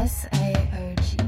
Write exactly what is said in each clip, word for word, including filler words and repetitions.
S A O G.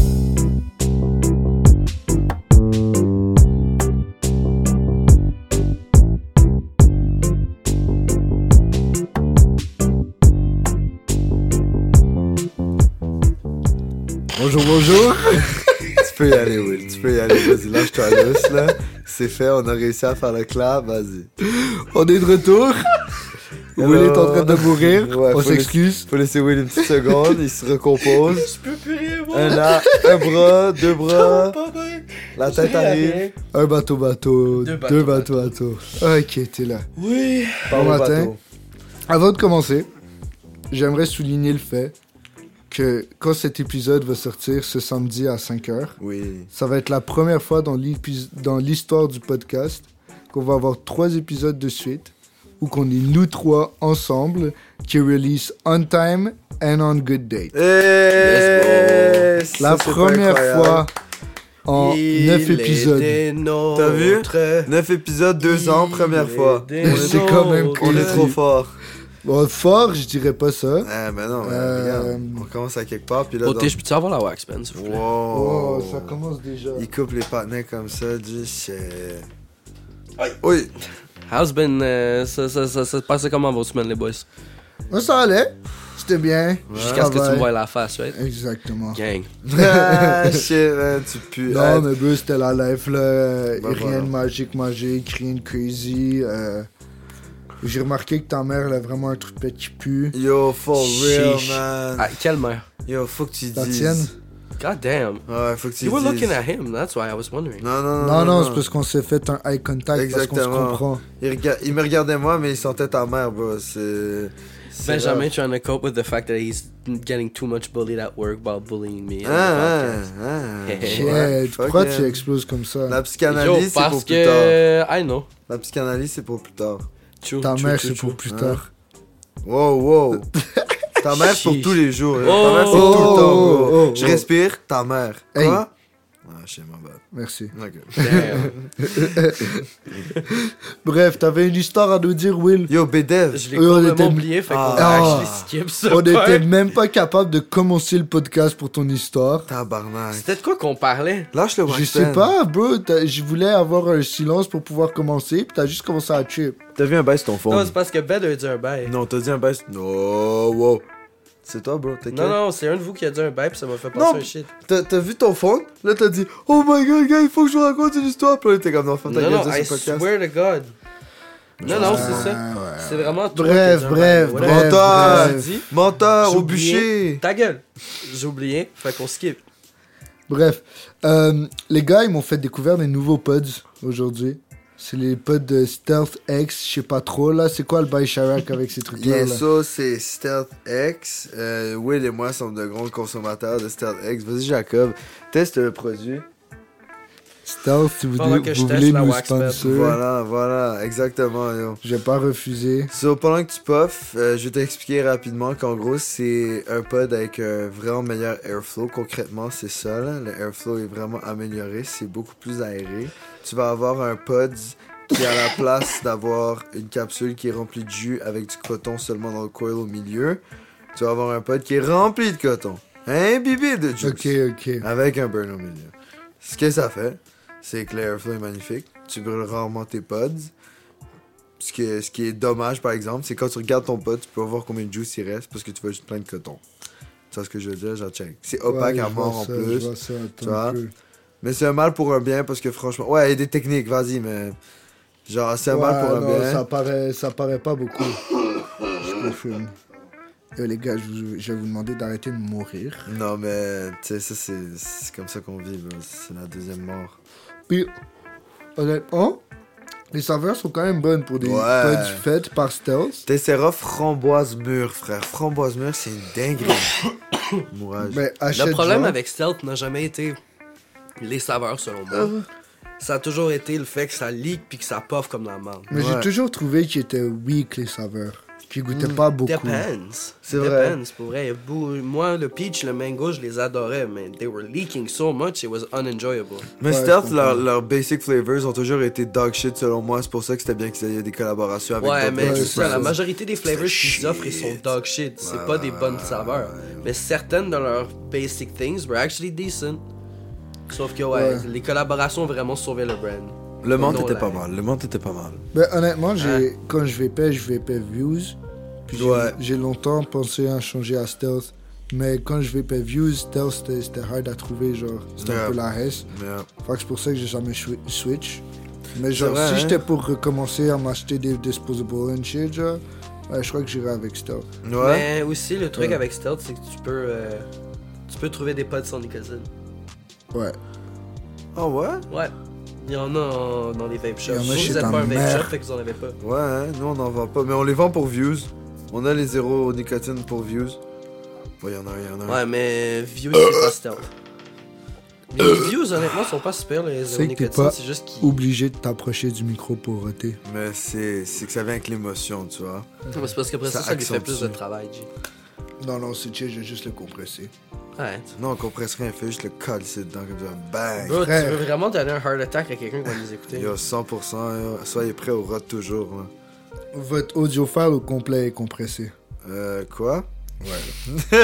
Bonjour, bonjour. Tu peux y aller, Will. Tu peux y aller. Vas-y, lâche-toi lousse, là. C'est fait, on a réussi à faire le clap. Vas-y. On est de retour. Will est en train de mourir. Ouais, on s'excuse. Laisser, faut laisser Will une petite seconde. Il se recompose. Je peux plus rien, moi. Un, là, un bras, deux bras. La tête arrive. Un bateau, bateau. Deux bateaux, deux bateaux, bateaux. Ok, t'es là. Oui. Bon matin. Bateau. Avant de commencer, j'aimerais souligner le fait que quand cet épisode va sortir ce samedi à cinq heures, oui. Ça va être la première fois dans, dans l'histoire du podcast qu'on va avoir trois épisodes de suite où qu'on est nous trois ensemble qui release on time and on good date. Hey, la première fois en Il neuf épisodes. T'as vu? neuf épisodes, deux ans, première fois. C'est quand même cool. On est trop fort. Bon, fort, je dirais pas ça. Ah, ben non, euh... regarde. On commence à quelque part, puis là... Oh, dans... je peux-tu avoir la wax pen, s'il vous plaît? Wow. Wow, ça commence déjà. Il coupe les partenaires comme ça, du shit. Oui. How's been... Euh, ça, ça, ça, ça passait comment vos semaines, les boys? Moi, ça allait. C'était bien. Jusqu'à ce que tu me vois la face, right? Exactement. Gang. Ah, shit, man, tu pues. Non, ah, mais bro, c'était la life, là. Bah, rien voilà. de magique, magique, rien de crazy. Euh... J'ai remarqué que ta mère, elle a vraiment un truc de qui pue. Yo, for real, man. Ah, quelle mère? Yo, faut que tu dises. La tienne? God damn. Ouais, faut que tu you dises. You were looking at him, that's why I was wondering. Non, non, non. Non, non, non c'est parce qu'on s'est fait un eye contact. Exactement. Parce qu'on se comprend. Il, rega- il me regardait moi, mais il sentait ta mère, bro. C'est... c'est Benjamin rough. Trying to cope with the fact that he's getting too much bullied at work while bullying me. Ah, ah, ah. Yeah, pourquoi tu exploses comme ça? La psychanalyse, Yo, c'est pour que... plus tard. I know. La psychanalyse, c'est pour plus tard. True, ta true, mère, true, c'est true. pour plus tard. Wow, wow. Ta mère, c'est pour tous les jours. Oh, ta mère, c'est oh, tout le temps, bro. Oh, oh, je respire, ta mère. Hey. Quoi? Ah, je sais, ma bad. Merci. Ok. Bref, t'avais une histoire à nous dire, Will. Yo, B-Dev. Je l'ai complètement était... oublié, fait ah. qu'on a actually skip ça. On n'était même pas capable de commencer le podcast pour ton histoire. Tabarnak. C'était de quoi qu'on parlait? Lâche le wax Je sais pas, bro. Je voulais avoir un silence pour pouvoir commencer, puis t'as juste commencé à tuer. T'as vu un bail sur ton phone? Non, c'est parce que Ben a dit un bail. Non, t'as dit un bail sur... Oh, wow. C'est toi, bro, t'inquiète. Non, non, c'est un de vous qui a dit un bail, pis ça m'a fait penser à un shit. T'as, t'as vu ton phone? Là, t'as dit, oh my god, gars, il faut que je vous raconte une histoire. Puis là, t'es comme, non, ferme ta gueule, non, ça, I c'est podcast. swear to God. Non, non, c'est ça. Ouais. C'est vraiment toi bref, qui a bref, bref, bref, menteur, bref. menteur au bûcher. Ta gueule. J'ai oublié, fait qu'on skip. Bref, euh, les gars, ils m'ont fait découvrir des nouveaux pods aujourd'hui. C'est les pods de Stealth X, je sais pas trop là. C'est quoi le bail Chirac avec ces trucs-là? Bien là? ça, c'est Stealth X. Euh, Will et moi sommes de grands consommateurs de Stealth X. Vas-y, Jacob, teste le produit. Stealth, si vous, dé- vous voulez nous sponsor. Voilà, voilà, exactement. Yo. Je vais pas refuser. So, pendant que tu puffes, euh, je vais t'expliquer rapidement qu'en gros, c'est un pod avec un vraiment meilleur airflow. Concrètement, c'est ça. Là. Le airflow est vraiment amélioré. C'est beaucoup plus aéré. Tu vas avoir un pod qui a la place d'avoir une capsule qui est remplie de jus avec du coton seulement dans le coil au milieu. Tu vas avoir un pod qui est rempli de coton. Imbibé de juice. Ok, ok. Avec un burn au milieu. Ce que ça fait, c'est que l'airflow est magnifique. Tu brûles rarement tes pods. Ce qui, est, ce qui est dommage, par exemple, c'est quand tu regardes ton pod, tu peux voir combien de juice il reste parce que tu vois juste plein de coton. Tu vois ce que je veux dire? Genre, check. C'est opaque ouais, à mort en ça, plus. Je vois ça, tu vois? Mais c'est un mal pour un bien parce que franchement... Ouais, il y a des techniques, vas-y, mais... Genre, c'est un ouais, mal pour un non, bien. Ça paraît, ça paraît pas beaucoup. Je confirme. Yo, les gars, je, vous, je vais vous demander d'arrêter de mourir. Non, mais... Tu sais, ça, c'est, c'est comme ça qu'on vit, bro. C'est la deuxième mort. Puis, honnêtement, les saveurs sont quand même bonnes pour des ouais. pods faites par Stealth. Tessera framboise mûre, frère. Framboise mûre, c'est une dinguerie. Mourage. Mais le problème genre... avec Stealth n'a jamais été les saveurs, selon moi. Uh... Ça a toujours été le fait que ça leak puis que ça puff comme la menthe. Mais ouais. J'ai toujours trouvé qu'ils étaient weak, les saveurs. Qui goûtaient mm, pas beaucoup. Depends. C'est depends, vrai. pour vrai. Moi, le peach, le mango, je les adorais, mais they were leaking so much, it was unenjoyable. Mais ouais, Stealth, leurs leur basic flavors ont toujours été dog shit selon moi. C'est pour ça que c'était bien qu'il y ait des collaborations avec ouais, d'autres. Mais ouais, mais c'est ça, la majorité des flavors qu'ils offrent, ils sont dog shit. C'est ouais, pas des bonnes saveurs. mais certaines de leurs basic things were actually decent. Sauf que, ouais, ouais. les collaborations ont vraiment sauvé le brand. Le monde était pas mal, le monde était pas mal. Ben, honnêtement, j'ai, hein? quand je vapais, je vapais Views. Puis ouais. j'ai, j'ai longtemps pensé à changer à Stealth. Mais quand je vapais Views, Stealth, c'était, c'était hard à trouver, genre. C'était yeah. un peu la hesse. Yeah. Fait que c'est pour ça que j'ai jamais chou- switch. Mais genre, vrai, si hein? j'étais pour recommencer à m'acheter des disposable and shit, genre, ouais, je crois que j'irais avec Stealth. Ouais. Mais aussi, le truc ouais. avec Stealth, c'est que tu peux, euh, tu peux trouver des pods sans nicotine. Ouais. Ah oh, ouais? Ouais. Il y en a en, dans les vape shops. Vous n'êtes pas un vape shop, fait que vous en avez pas. Ouais, hein? Nous on en vend pas. Mais on les vend pour Views. On a les zéro nicotine pour Views. Ouais, y'en a un, y'en a un. Ouais, mais Views, c'est pas Stealth. Mais les Views, honnêtement, sont pas super, les zéro nicotine. Pas c'est juste qu'ils. Obligé de t'approcher du micro pour roter. Mais c'est, c'est que ça vient avec l'émotion, tu vois. Mais c'est parce qu'après ça, ça, ça lui fait plus de travail, G. Non, non, c'est chill, je vais juste le compresser. Ouais. Non, on compresse rien, fait juste le coller dedans comme ça. Bang! Bro, tu veux vraiment donner un heart attack à quelqu'un qui va nous écouter? Yo, cent pour cent, yo. Soyez prêts au rot toujours. Là. Votre audiophile au complet est compressé. Euh, quoi? Ouais.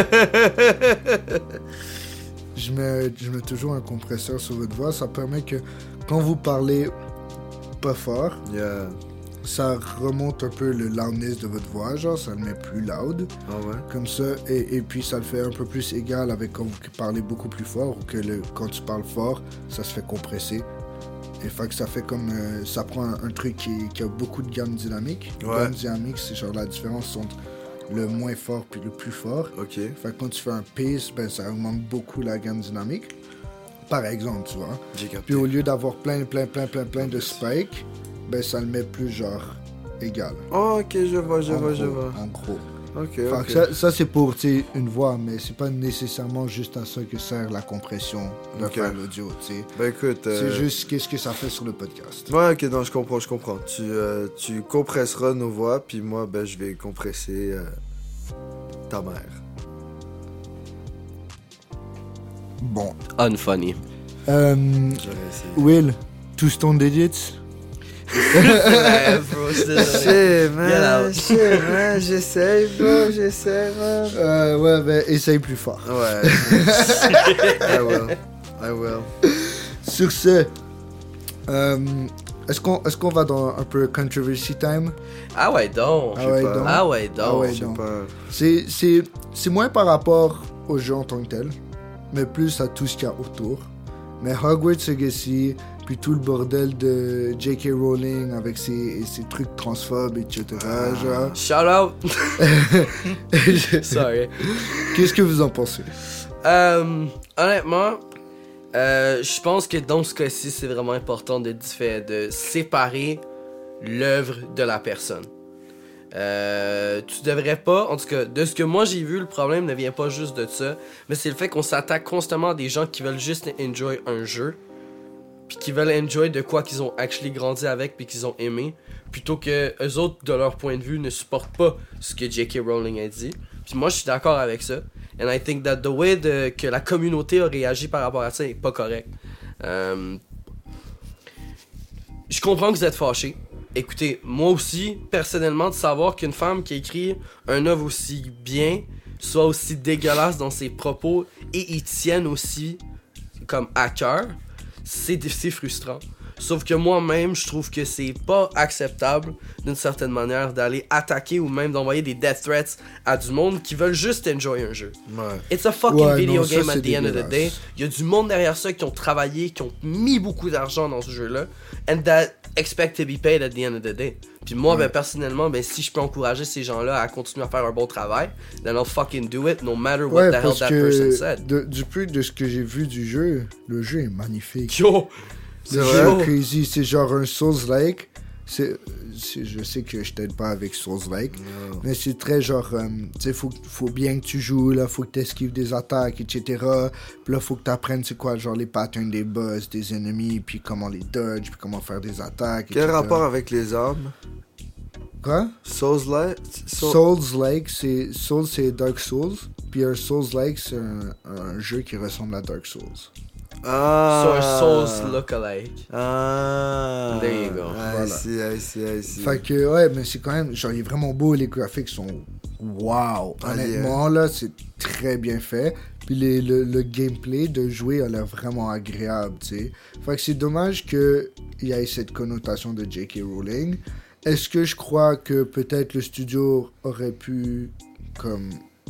je, mets, je mets toujours un compresseur sur votre voix. Ça permet que quand vous parlez pas fort, yeah. ça remonte un peu le loudness de votre voix, genre ça le met plus loud. Ah ouais? Comme ça, et, et puis ça le fait un peu plus égal avec quand vous parlez beaucoup plus fort ou que le, quand tu parles fort, ça se fait compresser. Et fait que ça fait comme, euh, ça prend un, un truc qui, qui a beaucoup de gamme dynamique. Ouais. Gamme dynamique, c'est genre la différence entre le moins fort puis le plus fort. Ok. Fait que quand tu fais un pace, ben ça augmente beaucoup la gamme dynamique. Par exemple, tu vois. J'ai capté. Puis au lieu d'avoir plein, plein, plein, plein, plein de spikes, ben ça le met plus genre égal. Oh, ok, je vois, je en vois, gros, je vois. En gros. Ok, fait ok. Que ça, ça c'est pour une voix, mais c'est pas nécessairement juste à ça que sert la compression de okay. faire l'audio, tu sais. Ben écoute... Euh... C'est juste qu'est-ce que ça fait sur le podcast. Ouais, ok, non, je comprends, je comprends. Tu, euh, tu compresseras nos voix, puis moi, ben je vais compresser euh, ta mère. Bon. Unfunny. Euh, Will, two stone digits? Ouais, bro, shit, man, shit, man, j'essaie, bro, j'essaie, man. Euh, ouais, ben, essaye plus fort. Ouais. I will, I will. Sur ce, euh, est-ce qu'on, est-ce qu'on va dans un peu controversy time? Ah ouais, donc. Ah ouais, donc. Ah ouais, donc. Ah ouais, donc. C'est, c'est, c'est moins par rapport au jeu en tant que tel, mais plus à tout ce qu'il y a autour. Mais Hogwarts Legacy, puis tout le bordel de J K Rowling avec ses, ses trucs transphobes, et cetera. Ah. Genre. Shout out! Sorry. Qu'est-ce que vous en pensez? Euh, honnêtement, euh, je pense que dans ce cas-ci, c'est vraiment important de, de séparer l'œuvre de la personne. Euh, tu devrais pas, en tout cas, de ce que moi j'ai vu, le problème ne vient pas juste de ça, mais c'est le fait qu'on s'attaque constamment à des gens qui veulent juste enjoy un jeu, puis qui veulent enjoy de quoi qu'ils ont actually grandi avec, puis qu'ils ont aimé, plutôt que eux autres, de leur point de vue, ne supportent pas ce que J K Rowling a dit. Puis moi, je suis d'accord avec ça. And I think that the way de, que la communauté a réagi par rapport à ça est pas correct. Euh, je comprends que vous êtes fâchés. Écoutez, moi aussi, personnellement, de savoir qu'une femme qui écrit un œuvre aussi bien, soit aussi dégueulasse dans ses propos et y tienne aussi comme à cœur, c'est, c'est frustrant. Sauf que moi-même, je trouve que c'est pas acceptable, d'une certaine manière, d'aller attaquer ou même d'envoyer des death threats à du monde qui veulent juste enjoy un jeu. Ouais. It's a fucking ouais, video non, game ça, at the dégueulasse. end of the day. Il y a du monde derrière ça qui ont travaillé, qui ont mis beaucoup d'argent dans ce jeu-là, and that expect to be paid at the end of the day. Puis moi, ouais. ben, personnellement, ben, si je peux encourager ces gens-là à continuer à faire un bon travail, then I'll fucking do it, no matter what ouais, the hell that person said. De, du peu de ce que j'ai vu du jeu, le jeu est magnifique. Yo! Le jeu est crazy, c'est genre un Souls-like. C'est, c'est, je sais que je t'aide pas avec Souls-like, no. mais c'est très genre, euh, tu sais, faut, faut bien que tu joues, là, faut que tu esquives des attaques, et cetera. Puis là, faut que tu apprennes, c'est quoi, genre les patterns des boss, des ennemis, puis comment les dodge, puis comment faire des attaques, Quel et cetera. Rapport avec les armes? Quoi? Souls-like? Soul... Souls-like, c'est, Souls, c'est Dark Souls, puis un Souls-like, c'est un, un jeu qui ressemble à Dark Souls. Ah. So a Souls look-alike. Ah. There you go. I voilà. see, I see, I see. Fait que, ouais, mais c'est quand même, genre, il est vraiment beau, les graphiques sont wow. Honnêtement, là, c'est très bien fait. Puis les, le, le gameplay de jouer a l'air vraiment agréable, tu sais. Fait que c'est dommage qu'il y ait cette connotation de J K. Rowling. Est-ce que je crois que peut-être le studio aurait pu, comme,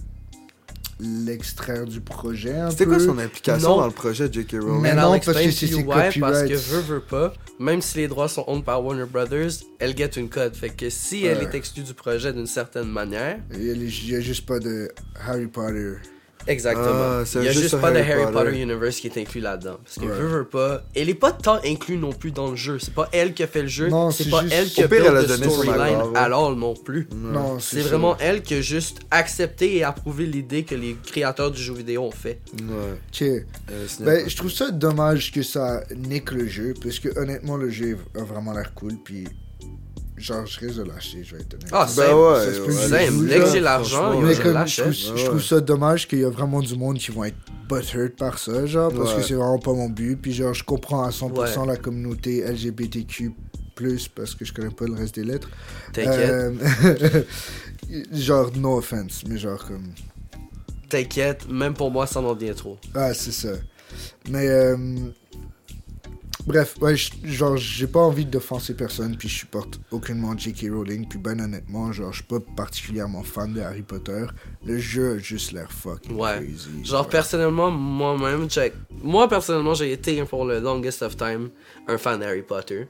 l'extraire du projet un C'était peu? quoi son implication non. dans le projet J K. Rowling? Mais non, non, parce que c'est ses ouais, copyrights. parce que veut, veut pas, même si les droits sont owned par Warner Brothers, elle get une code. Fait que si ouais. elle est exclue du projet d'une certaine manière... Il n'y a juste pas de Harry Potter. Exactement. Ah, il n'y a juste, juste pas Harry de Harry Potter. Potter Universe qui est inclus là-dedans. Parce que ouais. veut, veut pas... Elle est pas tant inclus non plus dans le jeu. C'est pas elle qui a fait le jeu. Non, c'est, c'est pas juste... elle qui a build le storyline alors non plus. Non, c'est, c'est vraiment elle qui a juste accepté et approuvé l'idée que les créateurs du jeu vidéo ont fait. Ouais. Okay. Euh, ben, je trouve ça dommage que ça nique le jeu. Parce que honnêtement, le jeu a vraiment l'air cool. Puis... Genre, je risque de lâcher, je vais être honnête. Ah, c'est ben ouais, ouais, dès que j'ai l'argent, mais je comme lâche. Je trouve, ouais. je trouve ça dommage qu'il y a vraiment du monde qui vont être butthurt par ça, genre, parce ouais. que c'est vraiment pas mon but. Puis genre, je comprends à cent pour cent ouais. la communauté L G B T Q plus, parce que je connais pas le reste des lettres. T'inquiète. Euh... genre, no offense, mais genre comme... T'inquiète, même pour moi, ça m'en vient trop. Ah, c'est ça. Mais... Euh... Bref, ouais, genre, j'ai pas envie d'offenser personne, puis je supporte aucunement J K. Rowling, puis ben honnêtement, genre, je suis pas particulièrement fan de Harry Potter. Le jeu a juste l'air fucking ouais. crazy. Genre, ouais. personnellement, moi-même, check. Moi, personnellement, j'ai été, pour le longest of time, un fan d'Harry Potter.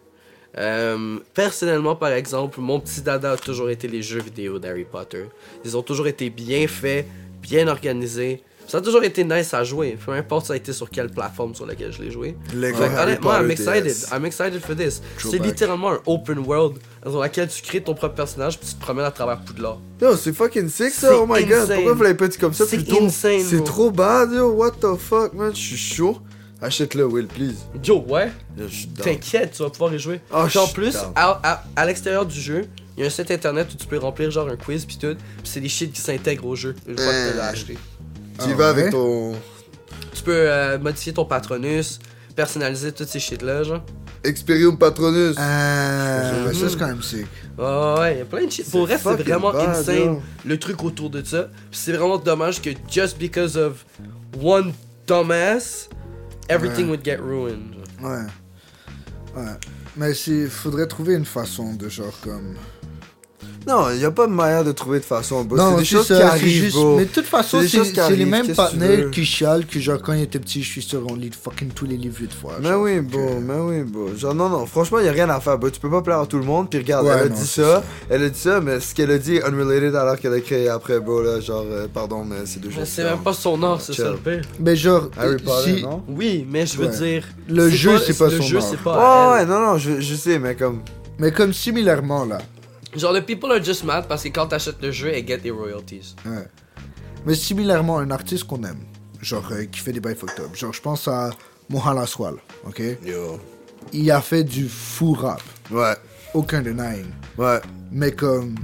Euh, personnellement, par exemple, mon petit dada a toujours été les jeux vidéo d'Harry Potter. Ils ont toujours été bien faits, bien organisés. Ça a toujours été nice à jouer, peu importe ça a été sur quelle plateforme sur laquelle je l'ai joué. Fait, honnêtement, I'm excited. I'm excited for this. True c'est back. Littéralement un open world dans lequel tu crées ton propre personnage puis tu te promènes à travers Poudlard. Yo, c'est fucking sick ça, c'est oh my insane. God. Pourquoi vous l'avez pas dit comme ça c'est plus tôt? Insane, c'est bro. Trop bad, yo. What the fuck, man? Je suis chaud. Achète-le, Will, please. Yo, ouais. Yo, t'inquiète, tu vas pouvoir y jouer. Oh, en plus, à, à, à l'extérieur du jeu, il y a un site internet où tu peux remplir genre un quiz puis tout, puis c'est des shit qui s'intègrent au jeu une fois que tu l'as acheté. Tu y vas avec ton... Tu peux euh, modifier ton Patronus, personnaliser toutes ces shit-là, genre. Experium Patronus. Euh... Ça, c'est quand même sick. Oh, ouais, il y a plein de shit. Pour le reste, c'est vraiment bad, insane, yo. Le truc autour de ça. Puis c'est vraiment dommage que just because of one dumbass, everything ouais. would get ruined. Ouais. Ouais. Mais il faudrait trouver une façon de genre comme... Non, il n'y a pas de manière de trouver de façon. Bro. Non, c'est des c'est choses ça, qui arrivent, juste... bro. Mais de toute façon, c'est, c'est, c'est arrivent, les mêmes partenaires qui chialent que genre quand il était petit, je suis sûr, on lit fucking tous les livres de fois. Mais genre, oui, bro, que... mais oui, bro. Genre, non, non, franchement, il n'y a rien à faire, bro. Tu peux pas plaire à tout le monde, puis regarde, ouais, elle a non, dit ça, ça, elle a dit ça, mais ce qu'elle a dit est unrelated alors qu'elle a créé après, bro, là, genre, euh, pardon, mais c'est deux choses. Mais c'est même pas son nom, c'est ça le pire. Mais genre, Harry Potter, si... non? Oui, mais je veux ouais. dire... Le jeu, pas, c'est pas son nom. Le jeu, c'est pas Oh, ouais, non, non, je sais, mais comme... Mais comme similairement, là. Genre, le people are just mad parce que quand t'achètes le jeu, elle get des royalties. Ouais. Mais similairement, un artiste qu'on aime, genre, euh, qui fait des bails fucked up. Genre, je pense à Mohan Laswal, ok? Yo. Il a fait du fou rap. Ouais. Aucun denying. Ouais. Mais comme...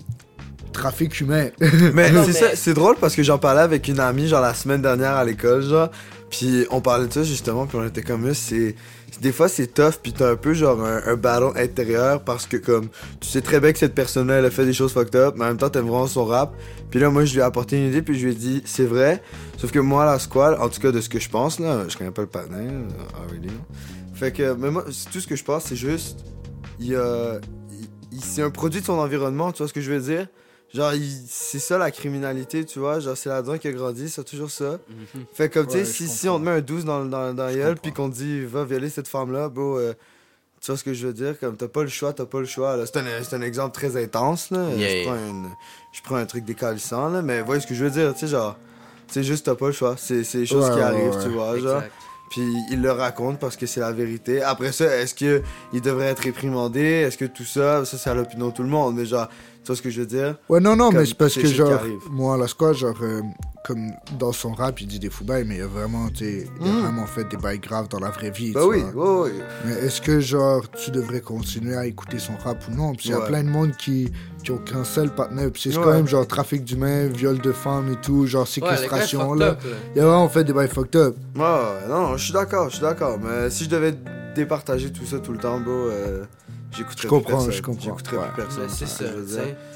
Trafic humain. mais c'est, ça, c'est drôle parce que j'en parlais avec une amie, genre, la semaine dernière à l'école, genre. Puis on parlait de ça, justement, puis on était comme là, c'est... Des fois, c'est tough, puis t'as un peu, genre, un, un battle intérieur parce que, comme, tu sais très bien que cette personne-là, elle a fait des choses fucked up, mais en même temps, t'aimes vraiment son rap. Puis là, moi, je lui ai apporté une idée, puis je lui ai dit, c'est vrai, sauf que moi, la squale, en tout cas, de ce que je pense, là, je connais pas le patin, already, fait que, mais moi, tout ce que je pense, c'est juste, il y a... Il, c'est un produit de son environnement, tu vois ce que je veux dire? Genre, il, c'est ça la criminalité, tu vois. Genre, c'est là-dedans qui a grandi, c'est toujours ça. Mm-hmm. Fait comme, tu sais, si, si on te met un douze dans, dans, dans la gueule, puis qu'on te dit, va violer cette femme-là, bro, euh, tu vois ce que je veux dire? Comme, t'as pas le choix, t'as pas le choix. Là. C'est, un, c'est un exemple très intense, là. Yeah, je, yeah. Prends une, je prends un truc décalissant, là, mais voyez ce que je veux dire, tu sais, genre, c'est juste, t'as pas le choix. C'est, c'est les choses ouais, qui arrivent, ouais, ouais. tu vois, exact. Genre. Puis il le raconte parce que c'est la vérité. Après ça, est-ce qu'il devrait être réprimandé? Est-ce que tout ça, ça c'est à l'opinion de tout le monde, mais genre... Tu vois ce que je veux dire? Ouais, non, non, comme mais c'est parce que, genre, moi, la squad, genre, euh, comme dans son rap, il dit des fous bails, mais il a vraiment, tu sais, il a mm. vraiment fait des bails graves dans la vraie vie. Bah oui, vois. oui, oui. Mais est-ce que, genre, tu devrais continuer à écouter son rap ou non? Puis il ouais. y a plein de monde qui, qui ont qu'un seul partenaire. Puis c'est ouais. quand même, genre, trafic d'humains, viol de femmes et tout, genre, séquestration, ouais, là. Il a vraiment fait des bails fucked up. Ouais, non, non, je suis d'accord, je suis d'accord. Mais si je devais départager tout ça tout le temps, beau, euh, j'écouterais je comprends, plus personne. Je comprends, J'écouterais ouais. plus personne. Mais c'est ça, tu sais.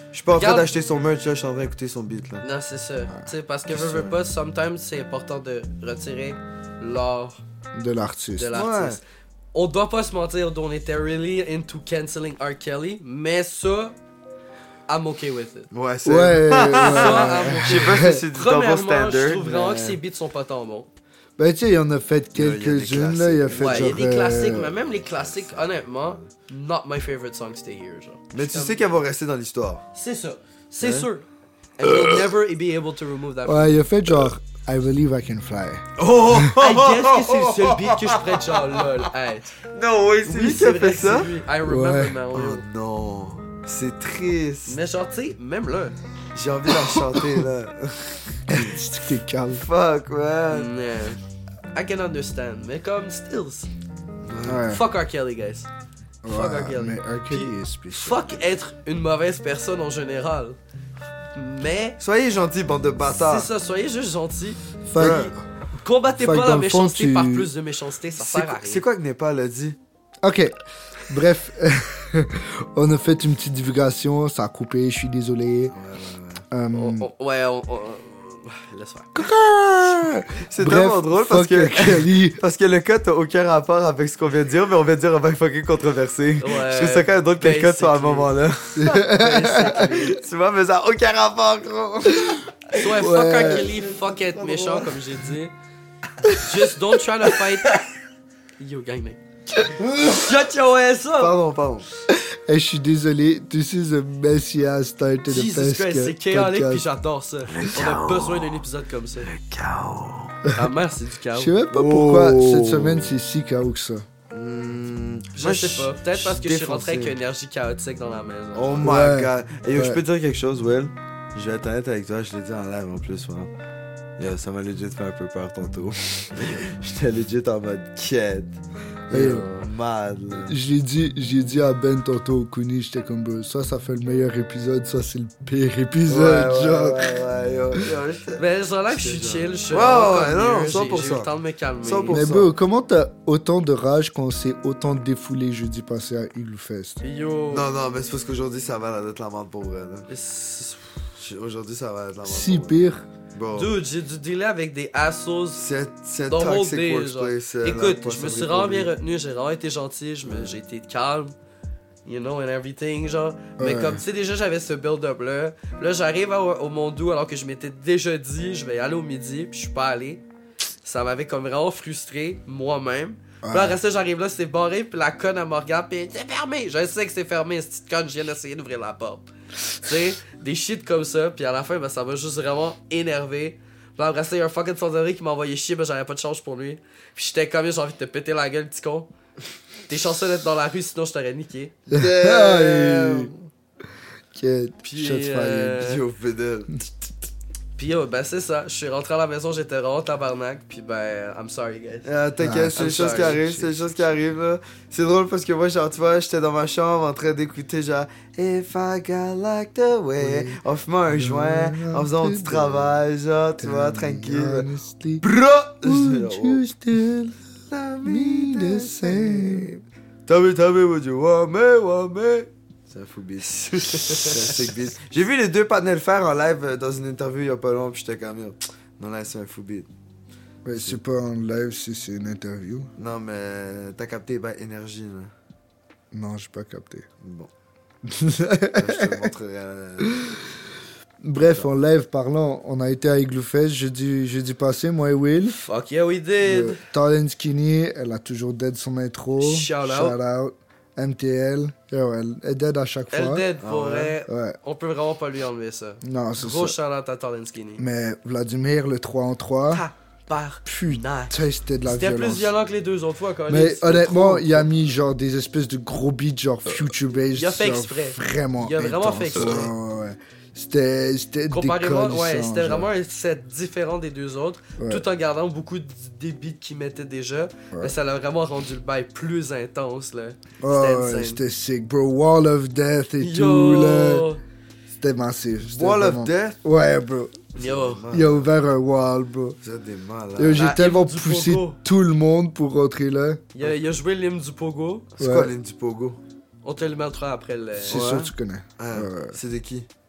Je suis pas en train Regarde- d'acheter son merch, là, je suis en train d'écouter son beat, là. Non, c'est ça. Tu sais, parce que C'est veux, veux ça. pas, sometimes c'est important de retirer l'art De l'artiste. de l'artiste. On doit pas se mentir, on était really into canceling R. Kelly, mais ça, I'm okay with it. Ouais, c'est... Ouais, ouais. Ça, I'm okay. Je sais pas si c'est du double Premièrement, je standard. trouve vraiment mais- que ses beats sont pas tant bons. Ben, tu sais, il en a fait Il y a- il y a des quelques-unes, là. Il a fait Ouais, il y a genre. des classiques, euh, mais même les classiques, honnêtement, not my favorite song stay here, genre. Mais tu Comme- sais qu'elle va rester dans l'histoire. C'est ça. C'est Hein? sûr. And you'll never be able to remove that. Ouais, il a fait genre I believe I can fly. Oh! I guess que c'est le seul beat que je pourrais être genre lol. Hey. Non, oui, c'est Oui, lui qui c'est a vrai fait que ça? c'est lui. I remember Ouais. now. Oh yo. non, c'est triste. Mais genre, tu sais, même là. J'ai envie de la chanter, là. C'est que t'es calme. Fuck, man. Nah. I can understand. Mais comme, stills. Ouais. Fuck R. Kelly, guys. Fuck Ouais, R. Kelly. mais R. Kelly Puis, est spécial. Fuck être une mauvaise personne en général. Mais, Soyez gentils, bande de c'est bâtards. ça, soyez juste gentils. Fait que- Ouais. Combattez Fait que pas dans la le fond, méchanceté tu- par plus de méchanceté, ça C'est sert à quoi, rien. c'est quoi que Népal a dit? Ok. Bref, on a fait une petite divulgation, ça a coupé, je suis désolé. Euh, On- on- ouais, on, on- laisse faire. C'est Bref, vraiment drôle parce fuck que... R. Kelly. Parce que le code n'a aucun rapport avec ce qu'on vient de dire, mais on vient de dire un bail fucking controversé. Ouais, Je trouve ça quand même drôle que le code soit à un basically. moment-là. Basically. Tu vois, mais ça n'a aucun rapport, gros. Soit fuck Ouais. R. Kelly, fuck être méchant, comme j'ai dit. Just don't try to fight. Yo, gang, mec. Shut your ass up! Pardon, pardon. Hey, je suis désolé, this is a messy ass start to the Jesus Christ, c'est Pesca chaotique podcast. pis j'adore ça. On a besoin d'un épisode comme ça. Chaos. Ta mère, c'est du chaos. Je sais même pas pourquoi Oh. cette semaine c'est si chaos que ça. Hmm, Je moi, sais pas. Peut-être parce que je suis rentré avec défoncé. une énergie chaotique dans la maison. Oh my Ouais. god. Et yo, je Ouais. peux te dire quelque chose, Will. Je vais être honnête avec toi, je l'ai dit en live en plus, man. Yo, ça m'a legit fait un peu peur tantôt. J'étais legit en mode quête. Hey, Yo, yo. mad, là. Je l'ai dit, j'ai dit à Ben tantôt au Kuni, j'étais comme bro, ça ça fait le meilleur épisode, ça c'est le pire épisode, ouais, genre. Ouais, ouais, yo, yo, j'étais- Mais genre là que je suis C'est chill, je suis Ouais, vraiment ouais, comme non, mieux, j'ai- cent pour J'ai eu cent. le temps de me calmer. cent pour cent. Mais bro, comment t'as autant de rage quand on s'est autant défoulé jeudi passé à Igloo Fest? Yo. Non, non, mais c'est parce qu'aujourd'hui, ça va être la merde pour vrai, là. C'est- Aujourd'hui, ça va être la merde. Si pour vrai. pire. Bon. Dude, j'ai dû dealer avec des assos. C'est c'est un Dans mon toxic day, workplace. euh, là, Écoute, pas je me servi suis pour vraiment lui. bien retenu, j'ai vraiment été gentil, je me- j'ai été calme, you know, and everything, genre. Mais Ouais. comme, tu sais, déjà, j'avais ce build-up là. Là, j'arrive à- au Mondou alors que je m'étais déjà dit, je vais y aller au midi, puis je suis pas allé. Ça m'avait comme vraiment frustré, moi-même. Puis là, Ouais. après ça, j'arrive là, c'est barré, puis la conne, elle me regarde, puis c'est fermé. Je sais que c'est fermé, cette petite conne, je viens d'essayer d'ouvrir la porte. Tu sais, des shit comme ça, puis à la fin, ben, ça m'a juste vraiment énervé. Puis après ça, il y a un fucking sans qui m'a envoyé chier, ben j'avais pas de change pour lui. Puis j'étais comme, j'ai envie de te péter la gueule, petit con. T'es chanceux d'être dans la rue, sinon je t'aurais niqué. Damn. Quête, Puis, shots fired. euh, Yo, fidèle. Puis yo, ben c'est ça. Je suis rentré à la maison, j'étais vraiment tabarnak. Puis ben, I'm sorry, guys. Ah, t'inquiète, Ah, c'est des I'm choses qui sorry, arrivent, shit. c'est des choses qui arrivent là. C'est drôle parce que moi, genre, tu vois, j'étais dans ma chambre en train d'écouter genre If I got like the way, en fumant un joint, en faisant du travail, genre, tu vois, tranquille. Honestly, Bro! would J'étais you là, still love me the same? Tell me, tell me what you want me, want me. C'est un fou beat. C'est un sick beat. J'ai vu les deux panels le faire en live euh, dans une interview il y a pas longtemps, puis j'étais comme yo, non là c'est un fou beat. Ouais, c'est pas en live, si c'est une interview. Non mais t'as capté bah énergie là. Non, j'ai pas capté. Bon. je te le montrerai. euh, Bref, en live parlant, on a été à Igloo Fest jeudi, jeudi passé, moi et Will. Fuck yeah, we did. Euh, Tall and Skinny, elle a toujours dead son intro. Shout out. Shout out. M T L, yo, elle est dead à chaque Elle fois. dead, pour Ah vrai. Ouais, On peut vraiment pas lui enlever ça. non, c'est Gros ça. shout-out à Tall and Skinny. Mais Vladimir, le trois en trois, Par putain, nice. c'était de la C'était violence. plus violent que les deux autres fois, quand même. Mais C'était honnêtement, trop. il a mis genre des espèces de gros beats, genre future bass. Il a fait genre exprès. Vraiment. Il a vraiment intense. fait exprès. Ouais, ouais, ouais. C'était, c'était Comparément, ouais, décollissant, c'était genre. vraiment un set différent des deux autres, Ouais. tout en gardant beaucoup de- des beats qu'il mettait déjà. Ouais. Mais ça l'a vraiment rendu le bail plus intense, là. Ouais, C'était ouais, insane. c'était sick, bro. Wall of Death et Yo! tout, là. C'était massif. c'était Wall vraiment- of Death. Ouais, bro. Yo! Il a ouvert un wall, bro. Vous êtes des malades. Yo, j'ai La tellement hymne du poussé Pogo. tout le monde pour rentrer là. Il a, il a joué l'hymne du Pogo. C'est Ouais. quoi l'hymne du Pogo? On te le mettra après le. C'est Ouais. sûr que tu connais. Ah, Ouais, ouais. c'est de qui?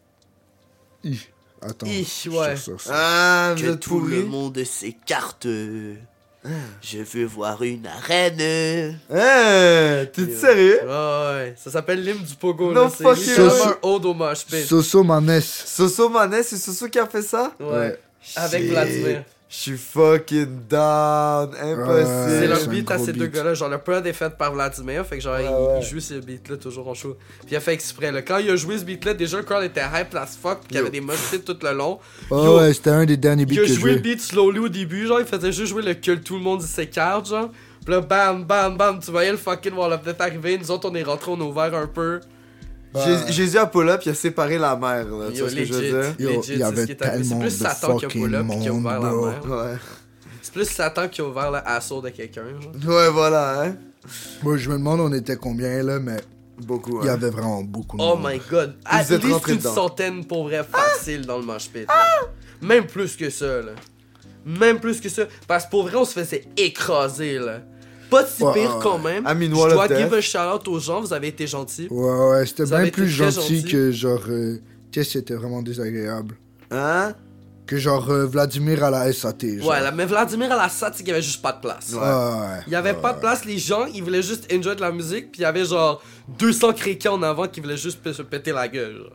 Hi. Attends. Hi, ouais. Ça, ça. Ah, vous Que êtes tout pourri. le monde s'écarte. Je veux voir une arène. Hein, t'es Ouais. sérieux? Ouais, ouais. Ça s'appelle l'hymne du pogo, No là. C'est fucking littéralement way. un ode au mosh pit. Soso Manes. Soso Manet, c'est Soso qui a fait ça? Ouais. Avec Shit. Vladimir. Je suis fucking down. Impossible. C'est leur c'est un beat à gros ces deux beat. gars-là. Genre, le prod est fait par Vladimir. Fait que genre, Ouais, il, ouais. il joue ce beat-là toujours en show. Puis il a fait exprès, là. Quand il a joué ce beat-là, déjà le crowd était hype as fuck. Puis il y Yo. avait des mosh pits tout le long. Oh Yo. ouais, c'était un des derniers beats Il a que je joué le jouais. beat slowly au début. Genre, il faisait juste jouer le que tout le monde s'écarte, genre. Puis là, bam, bam, bam. Tu voyais le fucking wall of Death arriver. Nous autres, on est rentrés, on a ouvert un peu. J'ai- Jésus a pull up, il a séparé la mer, là. Tu Yo, vois ce que je veux legit. dire? Yo, Legit, il y c'est avait ce qui est arrivé. C'est tellement plus de Satan qui a pull up fucking qui a ouvert la monde, mer. Ouais. C'est plus Satan qui a ouvert le assaut de quelqu'un, genre. Ouais, voilà, hein. Moi, je me demande on était combien là, mais Beaucoup, il y hein. avait vraiment beaucoup de Oh monde. my god. À Vous êtes least rentrés une dedans. centaine pour vrai facile dans le mosh pit. là. Même plus que ça, là. Même plus que ça. Parce que pour vrai, on se faisait écraser, là. Pas si Ouais, pire ouais. quand même. I mean, Je Wall of dois Death. give a shout-out aux gens, vous avez été gentils. Ouais, ouais, c'était Ça avait bien été plus très gentil, gentil. que genre. Euh, Qu'est-ce qui était vraiment désagréable? Hein? Que genre euh, Vladimir à la S A T. Genre. Ouais, là, mais Vladimir à la salle, c'est qu'il y avait juste pas de place. Ouais. Ouais, ouais. Il y avait pas de place, les gens, ils voulaient juste enjoy de la musique, puis il y avait genre deux cents créquins en avant qui voulaient juste pe- se péter la gueule. genre.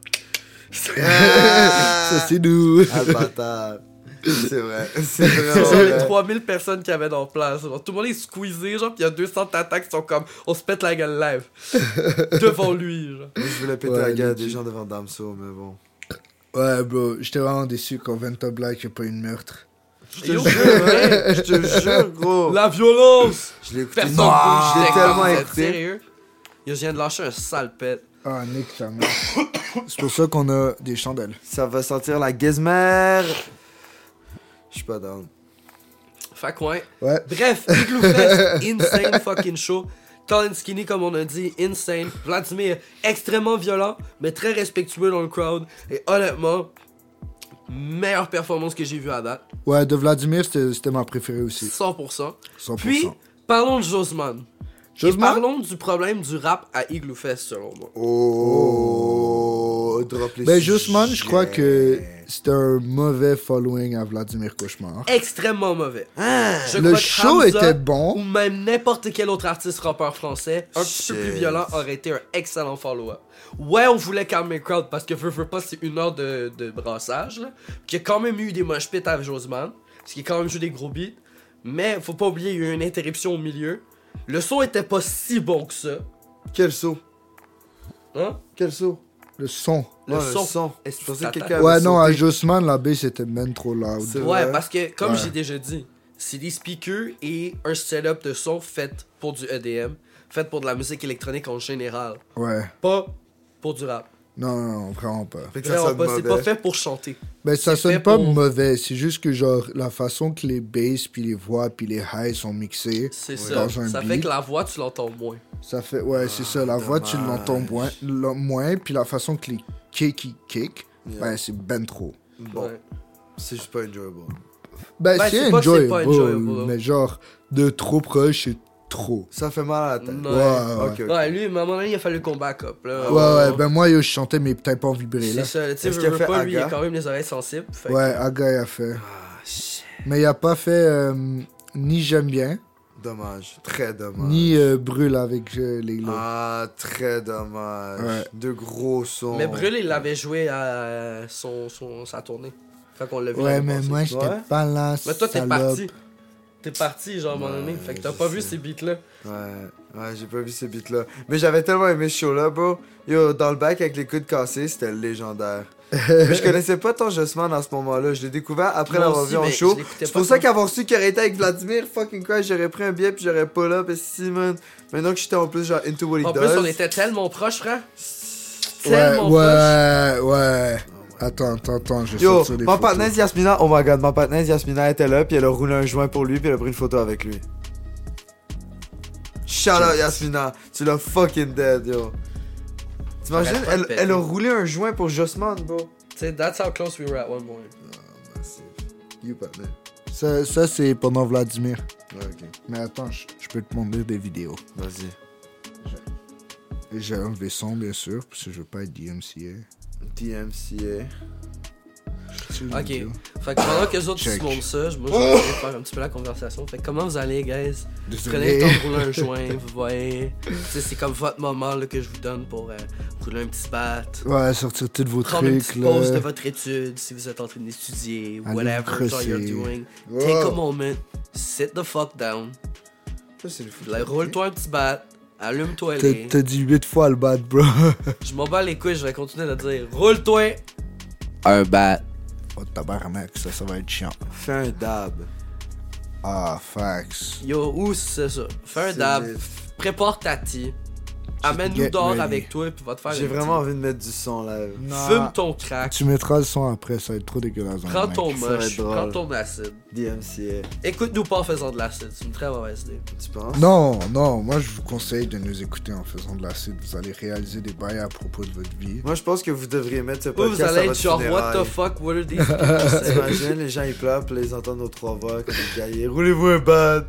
Ah, Ça, c'est nous. Ah, le bâtard. C'est vrai. C'est C'est vraiment genre les vrai. trois mille personnes qu'il y avait dans place. Genre, tout le monde est squeezé, genre, pis il y a deux cents tatas qui sont comme, on se pète la gueule live. Devant lui, genre. Moi, je voulais péter Ouais, la gueule à legit. des gens devant Damso, mais bon. Ouais, bro, j'étais vraiment déçu quand Venta Black a pas eu de meurtre. Je te Yo, jure, hein. Je te jure, gros. La violence! Je l'ai écouté. Personne Non, bouge, je l'ai j'étais tellement comme, vous êtes écouté. sérieux? Yo, je viens de lâcher un sale pet. Ah, Nick, ça m'a. C'est pour ça qu'on a des chandelles. Ça va sentir la gizmer. Je suis pas down. Fait que ouais. Ouais. Bref, Igloo Fest, insane fucking show. Tall and skinny, comme on a dit, insane. Vladimir, extrêmement violent, mais très respectueux dans le crowd. Et honnêtement, meilleure performance que j'ai vue à date. Ouais, de Vladimir, c'était c'était ma préférée aussi. cent pour cent. cent pour cent. Puis, parlons de Jossman. Et Jossman? parlons du problème du rap à Igloo Fest, selon moi. Oh, drop les Ben, sujets. Jossman, je crois que c'était un mauvais following à Vladimir Cauchemar. Extrêmement mauvais. Ah, Je Le crois que show Hamza, était bon. ou même n'importe quel autre artiste rappeur français, un petit peu Shit. plus violent, aurait été un excellent follow-up. Ouais, on voulait calmer le crowd parce que veux, veux pas, c'est une heure de, de brassage. Là. Puis il y a quand même eu des mosh pits avec Jossman, parce qu'il a quand même joué des gros beats. Mais faut pas oublier, il y a eu une interruption au milieu. Le son était pas si bon que ça. Quel saut? Hein? Quel saut? Le son. Le Ouais, son. Est-ce que Ça quelqu'un tape. avait Ouais, non, à sauté? Jossman, la bass était même trop loud. C'est Ouais, vrai. parce que, comme Ouais. j'ai déjà dit, c'est des speakers et un setup de son fait pour du E D M, fait pour de la musique électronique en général. Ouais. Pas pour du rap. Non, non, non, vraiment pas. Fait que ça Vraiment sonne pas, c'est mauvais. pas fait pour chanter. Ben, ça C'est sonne fait pas pour- mauvais, c'est juste que, genre, la façon que les basses, puis les voix, puis les highs sont mixés, C'est dans ça. un Ça beat. fait que la voix, tu l'entends moins. ça fait. Ouais, c'est ça, la voix, tu dommage. l'entends moins, le- moins, puis la façon que les kicks, ils kick, Yeah. ben, c'est ben trop. Bon, Ouais. c'est juste pas enjoyable. Ben, Ben, c'est c'est pas que c'est enjoyable, pas enjoyable. mais genre, de trop proche, c'est trop. Ça fait mal à la tête. Ouais. Ouais, ouais. Ok, ok. Ouais, lui, à un moment donné, il a fallu qu'on back up. Là. Ouais, ouais, ben moi, yo, je chantais mes tympans vibrer, C'est là. ça. Tu sais, Est-ce veux, qu'il a veux fait pas, lui, il a Aga? quand même les oreilles sensibles. Fait que- Ouais, Aga a fait. Ah, shit. Mais il a pas fait euh, ni J'aime bien, Dommage. Très dommage. ni euh, Brûle avec euh, les lots. Ah, très dommage. Ouais. De gros sons. Mais Brûle, il l'avait joué à son, son, sa tournée. Fait qu'on l'a vu. Ouais, l'année mais passée. moi, j'étais Ouais. pas là, Mais toi, t'es salope. parti. T'es parti, genre, à un moment donné. Ouais, Fait que t'as je pas vu sais. ces beats-là. Ouais, ouais, j'ai pas vu ce beat-là. Mais j'avais tellement aimé ce show-là, bro. Yo, dans le bac avec les coudes cassés, c'était légendaire. Mais je connaissais pas ton Jossman à ce moment-là. Je l'ai découvert après Moi l'avoir aussi, vu en mais show. je l'écoutais C'est pas pour ça tant. qu'avoir su qu'il aurait été avec Vladimir, fucking Christ, j'aurais pris un billet puis j'aurais pull up et si, man. Maintenant que j'étais en plus genre into what he En does. plus, on était tellement proches, frère. Ouais, Tellement proches. ouais, ouais. Attends, attends, attends, je vais Yo, sortir des ma photos. partenaire Yasmina, oh my god, ma partenaire Yasmina était là, puis elle a roulé un joint pour lui, puis elle a pris une photo avec lui. Shout out Yasmina, tu l'as fucking dead, yo. T'imagines, Arrête pas de elle, péter. elle a roulé un joint pour Jossman, bro. Tu sais, that's how close we were at one point. Massif. You partner. Ça, ça c'est pendant Vladimir. Ouais, ok. Mais attends, je je peux te montrer des vidéos. Vas-y. Et j'ai enlevé son, bien sûr, parce que je veux pas être D M C A. D M C A. partir. Ok. vidéo. Fait que pendant que les autres Check. se montrent ça, moi je vais faire un petit peu la conversation. Fait que comment vous allez, guys? Vous prenez le temps de rouler un joint, vous voyez. Tu sais, c'est comme votre moment là, que je vous donne pour euh, rouler un petit bat. Ouais, sortir tous vos Prendre une trucs, petite pause de là. votre étude si vous êtes en train d'étudier, Allez whatever vous genre you're crosser. doing. Wow. Take a moment, sit the fuck down, Ça, c'est le fou. là, roule-toi un petit bat, allume-toi T'as les. t'as dit huit fois le bad, bro. Je m'en bats les couilles, je vais continuer de dire roule-toi un bat. Oh, tabarnak, ça, ça va être chiant. Fais un dab. Ah, fax. Yo, où c'est ça? Fais un C'est dab, lit. prépare ta tea, amène-nous Get dehors ready. avec toi puis va te faire J'ai une vraiment tea. envie de mettre du son là. Fume ton crack, Tu mettras le son après, ça va être trop dégueulasse. dans le prends mic. ton ça va moche, être drôle. prends ton acide. D M C A. Écoute-nous pas en faisant de l'acide, c'est une très mauvaise idée. Tu penses? Non, non, moi je vous conseille de nous écouter en faisant de l'acide. Vous allez réaliser des bails à propos de votre vie. Moi, je pense que vous devriez mettre ce Ou podcast vous allez à être votre genre, what funérailles. the fuck, what are these people saying? T'imagines, les gens ils pleurent, puis ils entendent nos trois voix comme des gaillers. Roulez-vous un bat!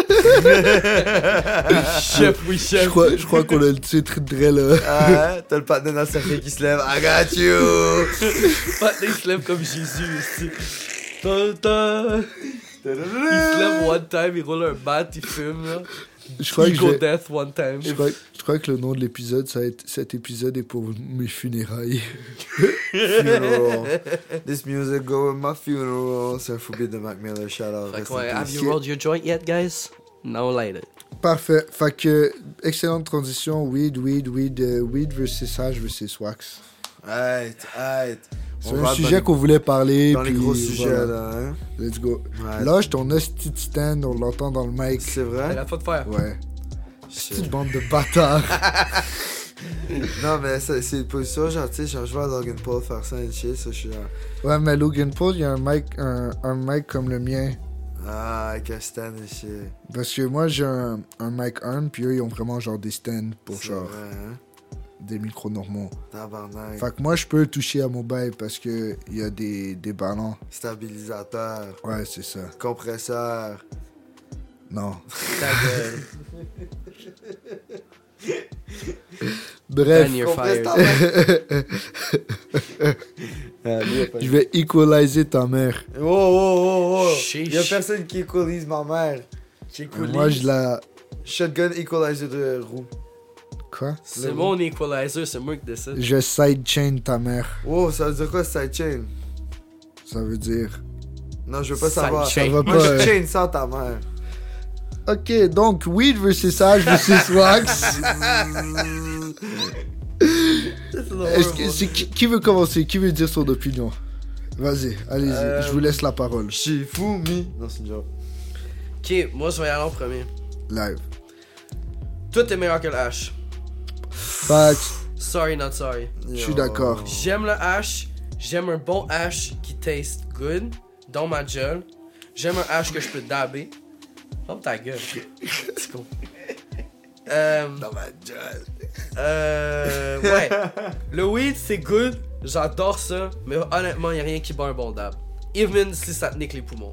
Chef, oui, Je chef. crois, je crois qu'on a le titre de là. Ah, t'as le partenaire dans le cercle qui se lève. I got you! Pas il se lève comme Jésus, ici. Ta, ta. Il se lève one time, il roule un bat, il fume, là. Je crois, que je, Ego vais- death one time. je, crois, je crois que le nom de l'épisode, ça va être cet épisode est pour mes funérailles. Funeral. This music go with my funeral. C'est un phobie de Mac Miller. Shout out. Fait Rest que ouais, in have peace. you rolled your joint yet, guys? No light it. Parfait. Fait que, excellente transition. Weed, weed, weed, euh, weed versus hash versus wax. Alright, alright. C'est On un va sujet dans, qu'on voulait parler. dans les puis gros sujets voilà. là, hein. Let's go. Ouais. Lâche ton hostie de stand, on l'entend dans le mic. C'est C'est vrai? la faute de faire. Ouais. Shit. Petite bande de bâtards. Non, mais ça- c'est une position, genre, tu sais, genre, je vois Logan Paul faire ça et shit, ça, je suis genre. Ouais, mais Logan Paul, il y a un mic, un, un mic comme le mien. Ah, avec un stand et shit. Parce que moi, j'ai un, un mic arm, puis eux, ils ont vraiment genre des stands pour C'est genre vrai, hein? des micros normaux. Tabarnak. Fait que moi, je peux toucher à mon bail parce que il y a des, des ballons. Stabilisateur. Ouais, c'est ça. Compresseur. Non. Ta gueule. Bref, And you're fired. Compresseur. Ah, lui, il a pas- je vais equaliser ta mère. Oh, oh, oh, oh. Chiche. Il y a personne qui équalise ma mère. Moi, je la... Shotgun equalizer de roue. Quoi? C'est mon equalizer, c'est moi qui décide. Je sidechain ta mère. Oh, ça veut dire quoi sidechain? Ça veut dire... Non, je veux pas savoir. Sidechain. Ça va Moi, pas... je euh. chain sans ta mère. Ok, donc weed versus hash versus wax. Est-ce que, c'est qui, qui veut commencer? Qui veut dire son opinion? Vas-y, allez-y, Euh, je vous laisse la parole. Shifumi. Non, c'est une joke. Ok, moi je vais y aller en premier. Live. Tout est meilleur que le hash. Facts. Sorry, not sorry. Je suis d'accord. J'aime le hash. J'aime un bon hash qui taste good dans ma gueule. J'aime un hash que je peux dabber. Ferme ta gueule. C'est con. Euh, Dans ma gueule. euh, ouais. Le weed, c'est good. J'adore ça. Mais honnêtement, y'a rien qui bat un bon dab. Even si ça te nique les poumons.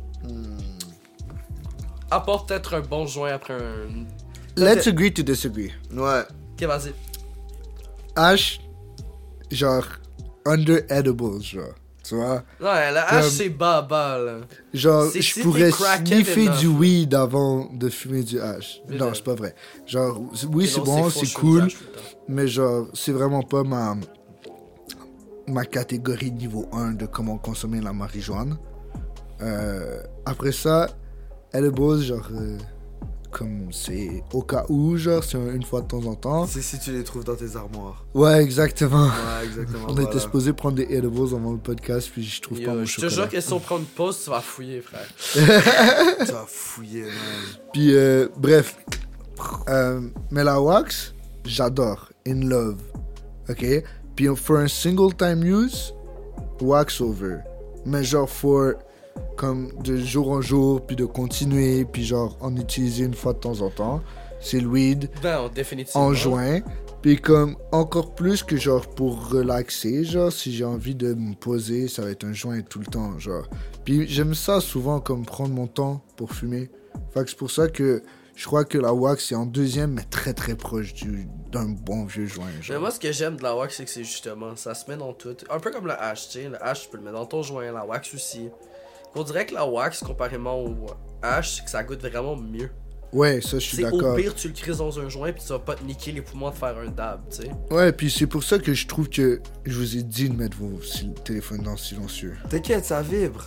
Apporte peut-être un bon joint après un. Let's agree to disagree. Ouais. Ok, vas-y. Hash, genre, under edibles, genre. Tu vois? Ouais, le hash, Comme- c'est baba, là. Genre, C'est je si pourrais t'es crackhead sniffer enough. du weed avant de fumer du hash. Mais non, non. c'est pas vrai. Genre, oui, Et c'est non, bon, faux, c'est je fume cool, du hash tout le temps. mais genre, c'est vraiment pas ma, ma catégorie niveau un de comment consommer la marijuana. Euh, après ça, edibles, genre, euh, comme c'est au cas où, genre, c'est une fois de temps en temps. C'est si tu les trouves dans tes armoires. Ouais, exactement. Ouais, exactement. On voilà. était supposé prendre des edibles avant le podcast, puis je trouve pas Yo, mon je te chocolat. jure que si on prend une pause, tu vas fouiller, frère. Tu vas fouiller, man. Puis, euh, bref. Euh, mais la wax, j'adore. In love. OK? Puis, for un single time use, wax over. Mais genre, for, comme de jour en jour, puis de continuer, puis genre, en utiliser une fois de temps en temps, c'est le weed Ben, définitivement. en joint. Puis comme encore plus que genre pour relaxer, genre si j'ai envie de me poser, ça va être un joint tout le temps, genre. Puis j'aime ça souvent comme prendre mon temps pour fumer. Fait que c'est pour ça que Je crois que la wax est en deuxième, mais très très proche du, d'un bon vieux joint. Genre. Mais moi, ce que j'aime de la wax, c'est que c'est justement, ça se met dans tout. Un peu comme le hash, tu sais. Le hash, tu peux le mettre dans ton joint, la wax aussi. On dirait que la wax, comparément au hash, c'est que ça goûte vraiment mieux. Ouais, ça, je suis c'est d'accord. Au pire, tu le crises dans un joint, puis tu vas pas te niquer les poumons de faire un dab, tu sais. Ouais, puis c'est pour ça que je trouve que je vous ai dit de mettre vos sil- téléphones dans silencieux. T'inquiète, ça vibre.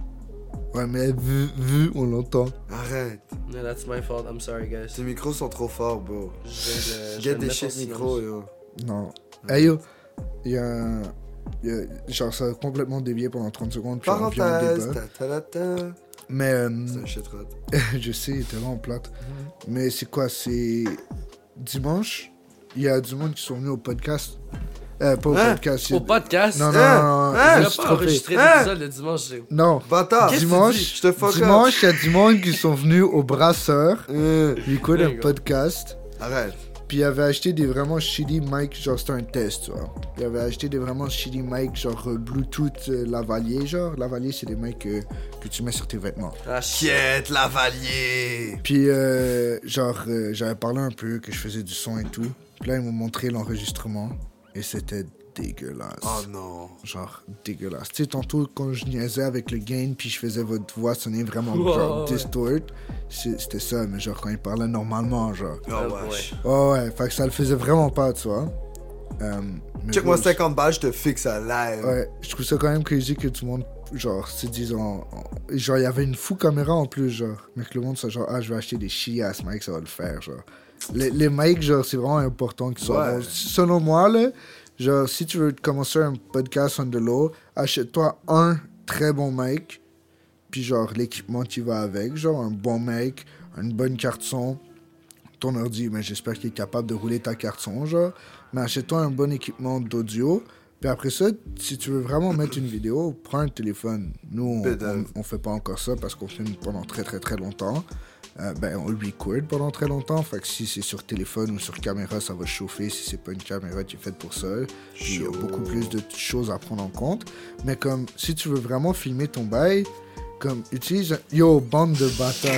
Ouais, mais vu, vu on l'entend. Arrête. No, that's my fault, I'm sorry, guys. Tes micros sont trop forts, bro. Je viens de- je viens Get de des mettre shit en micro, silence. yo. Non. Hey yo, il y a un. y a- genre, ça a complètement dévié pendant trente secondes. Puis on vient au Parenthèse. débat. Ta ta ta ta. Mais. euh, C'est un shit rod. je sais, tellement plate. Mais c'est quoi? C'est. Dimanche, il y a du monde qui sont venus au podcast. Euh, pas au Hein? podcast. Au podcast, Non, non, Hein? non, non, Hein? je on me a suis pas trompé. enregistré Hein? l'épisode le dimanche. j'ai- Non. Bâtard. Qu'est-ce que tu Dimanche, Je te fuck up. dimanche, il y a du monde qui sont venus au Brasseur. Euh, Record un Bingo. podcast. Arrête. Puis il avait acheté des vraiment shitty mics, genre c'était un test, tu vois. Il avait acheté des vraiment shitty mics, genre euh, Bluetooth euh, lavalier, genre. Lavalier, c'est des mics euh, que tu mets sur tes vêtements. Ah, shit. Quiette, Lavalier. Puis, euh, genre, euh, j'avais parlé un peu que je faisais du son et tout. Puis là, ils m'ont montré l'enregistrement. Et c'était dégueulasse. Oh non. Genre, dégueulasse. Tu sais, tantôt, quand je niaisais avec le gain, puis je faisais votre voix sonner vraiment Ouais, genre ouais. distort, c'est- c'était ça. Mais genre, quand il parlait normalement, genre. Oh, Ah, wesh. Oh ouais, fait que ça le faisait vraiment pas, tu vois. Euh, mais Check-moi bon, cinquante balles, je te fixe à live. Ouais, je trouve ça quand même crazy que tout le monde, genre, se dise en... en- Genre, il y avait une fou caméra en plus, genre. Mais que le monde soit genre, ah, je vais acheter des shitty-ass mics, ça va le faire, genre. Les, les mics, genre, c'est vraiment important qu'ils soient Ouais. bons. Selon moi, là, genre, si tu veux commencer un podcast on the low, achète-toi un très bon mic, puis genre, l'équipement qui va avec, genre, un bon mic, une bonne carte son, ton ordi, mais j'espère qu'il est capable de rouler ta carte son, genre. Mais achète-toi un bon équipement d'audio. Puis après ça, si tu veux vraiment mettre une vidéo, prends un téléphone. Nous, on, Pédale. on, on fait pas encore ça parce qu'on filme pendant très très très longtemps. Euh, ben, on record pendant très longtemps. Fait que si c'est sur téléphone ou sur caméra, ça va chauffer. Si c'est pas une caméra qui est faite pour ça. Puis il y a Chaud. beaucoup plus de choses à prendre en compte. Mais comme, si tu veux vraiment filmer ton bail, comme, utilise un... Yo, bande de bâtards.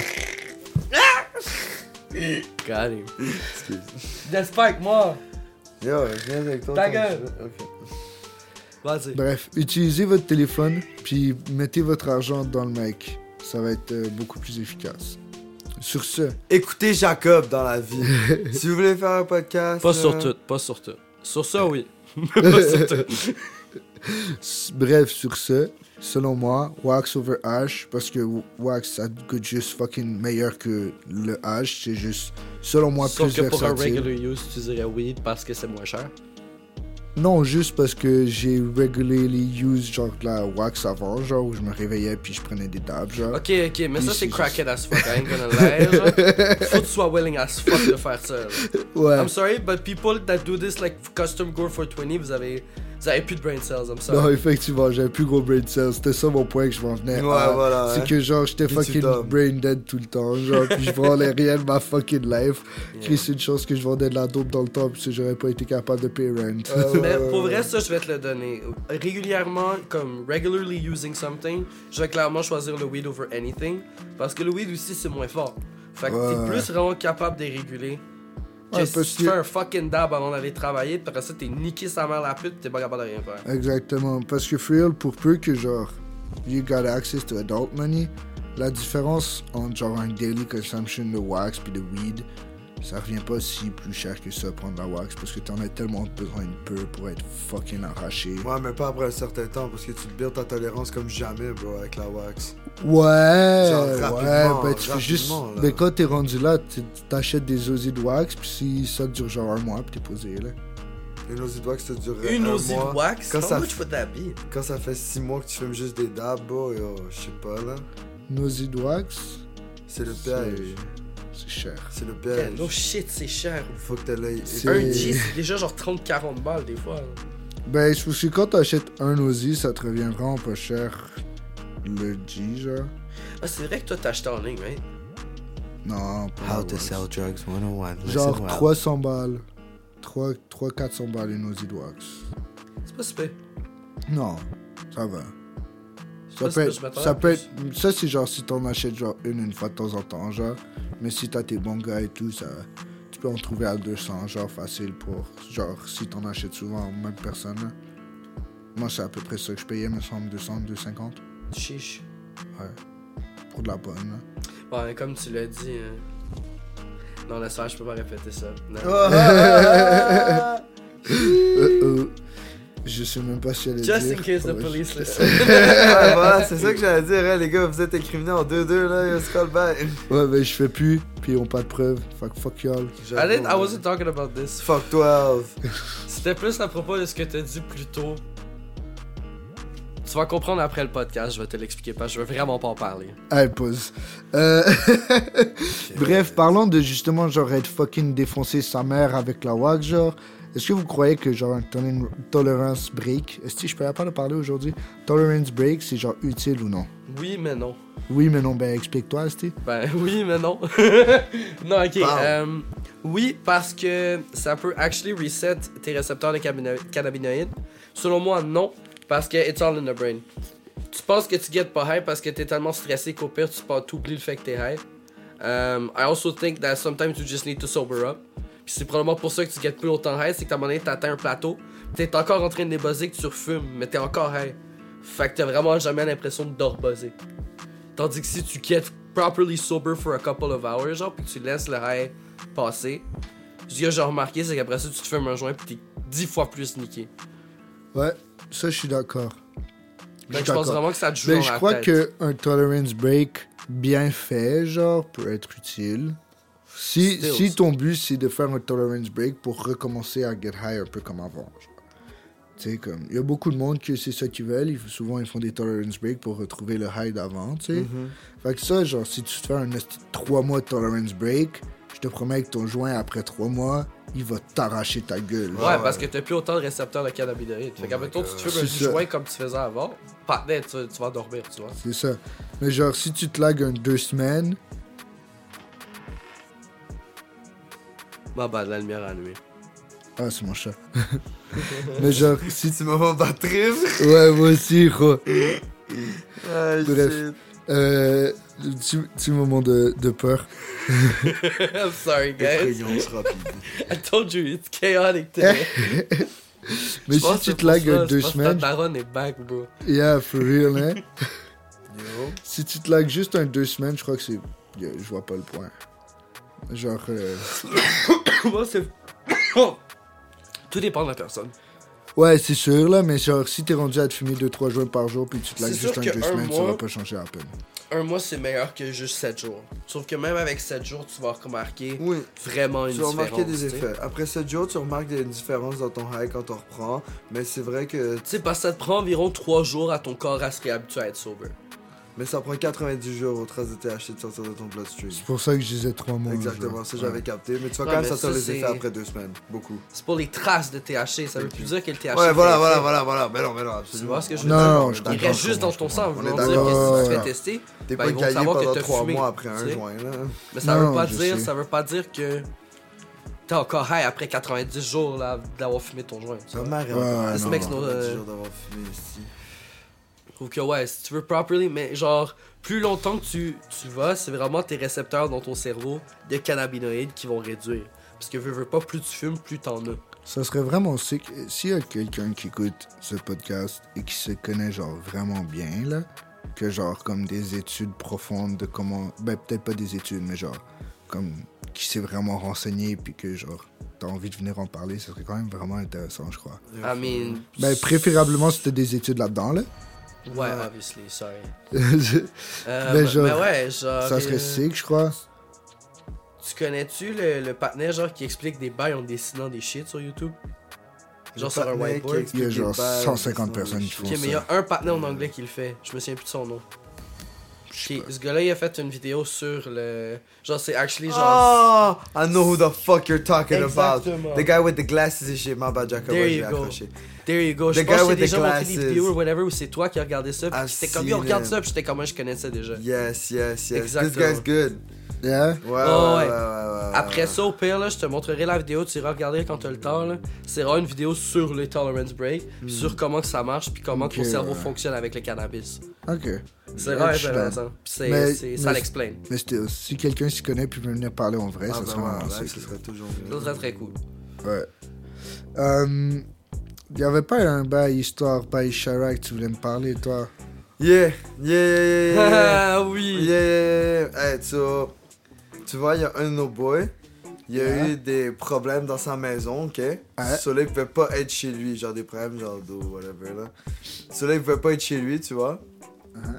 Got him. That's Spike, moi. Yo, viens avec toi. Ta ton- gueule. Ok. Vas-y. Bref, utilisez votre téléphone, puis mettez votre argent dans le mic. Ça va être euh, beaucoup plus efficace. Sur ce, Écoutez Jacob dans la vie. Si vous voulez faire un podcast. Pas là, sur tout, pas sur tout. Sur ça, oui. Pas sur tout. s- bref, sur ce, selon moi, wax over hash, parce que wax, ça goûte juste fucking meilleur que le hash. C'est juste, selon moi, Sauf plus que pour un versatile. regular use, tu dirais weed parce que c'est moins cher. Non, juste parce que j'ai regularly used genre de la wax avant, genre où je me réveillais puis je prenais des dabs, genre. Ok, ok, mais ça Puis c'est c'est crackhead as fuck, I ain't gonna lie. genre. Faut que tu sois willing as fuck de faire ça. là. Ouais. I'm sorry, but people that do this like custom gore for twenty, vous avez, vous avez plus de brain cells, I'm sorry. Non, effectivement, j'avais plus gros brain cells. C'était ça mon point que je m'en venais. Ouais, à. voilà, C'est ouais. que genre, j'étais Puis tu fucking tombes. brain dead tout le temps. Genre, puis je vendais rien de ma fucking life. Chris, c'est une chose que je vendais de la dope dans le temps, puis que j'aurais pas été capable de payer rent. Mais pour vrai, ça, je vais te le donner. Régulièrement, comme regularly using something, je vais clairement choisir le weed over anything. Parce que le weed aussi, c'est moins fort. Fait que Ouais. t'es plus vraiment capable de réguler. Que Ouais, si parce tu que- fais un fucking dab avant d'aller travailler, puis après ça, t'es niqué sa mère la pute, pis t'es pas capable de rien faire. Exactement. Parce que for real, pour peu que genre, you got access to adult money, la différence entre genre un daily consumption de wax puis de weed, ça revient pas si plus cher que ça prendre la wax parce que t'en as tellement besoin de peu pour être fucking arraché. Ouais, mais pas après un certain temps parce que tu te builds ta tolérance comme jamais, bro, avec la wax. Ouais, Genre, ouais, rapidement, ben tu fais juste. rapidement, là. Ben quand t'es rendu là, tu t'achètes des osies de wax, puis si ça dure genre un mois, puis t'es posé là. Une osée de wax, ça durerait Une un osée mois. de wax? Quand How ça- much would that be? Quand ça fait six mois que tu fumes juste des dabs, bro, yo, je sais pas, là. Une osie de wax, C'est le c'est piège. c'est cher. C'est le Yeah, piège. no shit, c'est cher. Faut que t'aies l'œil. C'est- Un G, c'est déjà genre trente à quarante balles des fois. Ben, c'est parce que quand t'achètes un osie, ça te revient vraiment pas cher. Le G, genre. Ah, c'est vrai que toi t'as acheté en ligne, right? Non, pas la How to wax. sell drugs cent un. Genre Listen well. trois cents balles. trois à quatre cents balles une osie de wax. C'est pas super. Non, ça va. Ça peut être, ça peut être, ça c'est genre si t'en achètes genre une une fois de temps en temps, genre. Mais si t'as tes bons gars et tout, ça, tu peux en trouver à deux cents, genre facile pour, genre si t'en achètes souvent, même personne. Là. Moi c'est à peu près ça que je payais, me semble, deux cents, deux cent cinquante. Chiche. Ouais. Pour de la bonne. Là. Ouais, comme tu l'as dit. Hein... Non, laisse faire, je peux pas répéter ça. Non. uh -oh. Je sais même pas si elle est Just dire. in case the Ouais, police je... listen. Ouais, voilà, c'est ça que j'allais dire, hein, les gars, vous êtes incriminés en deux deux, là, yo, scroll back. Ouais, mais je fais plus, puis ils ont pas de preuves. Fuck, fuck y'all. I, didn't, I wasn't talking about this. Fuck twelve. C'était plus à propos de ce que t'as dit plus tôt. Tu vas comprendre après le podcast, je vais te l'expliquer pas, je veux vraiment pas en parler. Allez, pause. Euh... Bref, parlons de justement genre être fucking défoncer sa mère avec la wax, genre. Est-ce que vous croyez que genre un tol- tolerance break, est-ce que je peux pas le parler aujourd'hui? Tolerance break, c'est genre utile ou non? Oui, mais non. Oui, mais non, ben explique-toi, Esti. Ben oui, mais non. Non, ok. Euh, oui, parce que ça peut actually reset tes récepteurs de cabino- cannabinoïdes. Selon moi, non, parce que it's all in the brain. Tu penses que tu get pas high parce que t'es tellement stressé qu'au pire, tu peux t'oublier le fait que t'es high. Um, I also think that sometimes you just need to sober up. Puis c'est probablement pour ça que tu get plus autant high, c'est que t'as un moment donné, t'atteins un plateau, t'es encore en train de débuzzer que tu refumes, mais t'es encore high. Fait que t'as vraiment jamais l'impression de dore-buzzer. Tandis que si tu get properly sober for a couple of hours, genre, pis que tu laisses le high passer, ce que j'ai remarqué, c'est qu'après ça, tu te fumes un joint pis t'es dix fois plus niqué. Ouais, ça je suis d'accord. Donc je pense vraiment que ça te joue Mais dans je la crois tête. qu'un tolerance break bien fait, genre, peut être utile. Si, si ton but c'est de faire un tolerance break pour recommencer à get high un peu comme avant. Tu sais, comme, il y a beaucoup de monde que c'est ça qu'ils veulent. Ils, souvent, ils font des tolerance break pour retrouver le high d'avant, tu sais. Mm-hmm. Fait que ça, genre, si tu te fais un trois mois de tolerance break, je te promets que ton joint, après trois mois, il va t'arracher ta gueule. Ouais, ouais, parce que t'as plus autant de récepteurs de cannabinoïdes. Fait qu'avec toi, tu te fumes un joint comme tu faisais avant, pas net, tu, tu vas dormir, tu vois. C'est ça. Mais genre, si tu te lagues un deux semaines... Bah bah, la lumière allumée. Ah, c'est mon chat. Mais genre, si tu m'as battu. Ouais, moi aussi, gros. Ah, bref. Euh, petit, petit moment de, de peur. I'm sorry, guys. I told you, it's chaotic today. Mais si tu te lagues ça, deux semaines... Ta daronne est back, bro. Yeah, for real, hein. Yo. Si tu te lagues juste un deux semaines, je crois que c'est... Je vois pas le point. Genre... Euh... Moi, c'est... Tout dépend de la personne. Ouais, c'est sûr, là, mais genre, si t'es rendu à te fumer deux trois joints par jour, puis tu te lagues juste un deux semaines, mois, ça va pas changer à peine. Un mois, c'est meilleur que juste sept jours. Sauf que même avec sept jours, tu vas remarquer oui. vraiment une tu différence. Tu vas remarquer des effets. Après sept jours, tu remarques des différences dans ton high quand on reprend, mais c'est vrai que... Tu sais, parce que ça te prend environ trois jours à ton corps à se réhabituer à être sober. Mais ça prend quatre-vingt-dix jours aux traces de T H C de sortir de ton bloodstream. C'est pour ça que je disais trois mois. Exactement, genre. ça j'avais ouais. capté. Mais tu vas quand même sentir les effets après deux semaines. Beaucoup. C'est pour les traces de T H C, ça veut plus dire que le T H C. Ouais, voilà, voilà, voilà, voilà. Mais non, mais non, absolument. Tu vois ce que je veux non, dire? Non, je Il reste juste dans ton sang. On Ils est vont dire que si tu te fais ouais. tester, t'es ben, pas ils vont gaillé savoir pendant que t'as trois fumé. mois après un joint, là. Mais ça non, veut pas dire, sais. ça veut pas dire que t'es encore high après quatre-vingt-dix jours là, d'avoir fumé ton joint. Ça m'a This makes no... jours d'avoir fumé ici. Je trouve que ouais, si tu veux properly, mais genre, plus longtemps que tu, tu vas, c'est vraiment tes récepteurs dans ton cerveau de cannabinoïdes qui vont réduire. Parce que veux, veux pas, plus tu fumes, plus t'en as. Ça serait vraiment sick. S'il y a quelqu'un qui écoute ce podcast et qui se connaît genre vraiment bien, là, que genre comme des études profondes de comment... Ben peut-être pas des études, mais genre comme qui s'est vraiment renseigné puis que genre t'as envie de venir en parler, ça serait quand même vraiment intéressant, je crois. I mean... Ben préférablement si t'as des études là-dedans, là. Ouais, ouais, obviously, sorry. euh, ben, genre, mais ouais, genre... Ça serait euh... sick, je crois. Tu connais-tu le, le partenaire genre qui explique des bails en dessinant des shit sur YouTube? Genre sur un whiteboard? Il y a genre cent cinquante personnes qui font ça. Ok, mais il y a un partenaire en anglais qui le fait. Je me souviens plus de son nom. Ok, ce gars-là, il a fait une vidéo sur le... Genre, c'est actually genre... Oh! I know who the fuck you're talking Exactement. about. The guy with the glasses et shit. My bad, Jacob. There you go. There you go. Je pense que j'ai déjà montré des vidéos ou whatever où c'est toi qui as regardé ça. Puis j'étais comme, yo, regarde ça. Puis j'étais comme, moi, je connaissais déjà. Yes, yes, yes. Exactement. This guy's good. Yeah? Ouais, Oh, ouais, ouais. ouais, ouais, ouais, Après ouais. ça, au pire, là, je te montrerai la vidéo, tu iras regarder quand t'as le temps. Là. C'est vraiment une vidéo sur les tolerance break, Hmm. puis sur comment que ça marche, puis comment que ton Ok, cerveau ouais. fonctionne avec le cannabis. Ok. C'est Ouais, vraiment je suis intéressant. Puis c'est, Mais- c'est- ça mais- l'explain. Mais c'était- si quelqu'un s'y connaît puis veut venir parler en vrai, Ah, ça ben serait ouais, vraiment ouais, sick. ce serait toujours Ça mieux. serait très cool. Ouais. Euh, y avait pas un bail histoire by Chirac, tu voulais me parler, toi? Yeah, yeah, yeah, yeah, yeah. Ah oui! Yeah, yeah, yeah. Hey, so, tu vois, il y a un de nos boys, il y a Yeah. eu des problèmes dans sa maison, ok? Ouais. Celui-là, il pouvait pas être chez lui, genre des problèmes, genre d'eau, whatever, là. Celui-là, il pouvait pas être chez lui, tu vois? Uh-huh.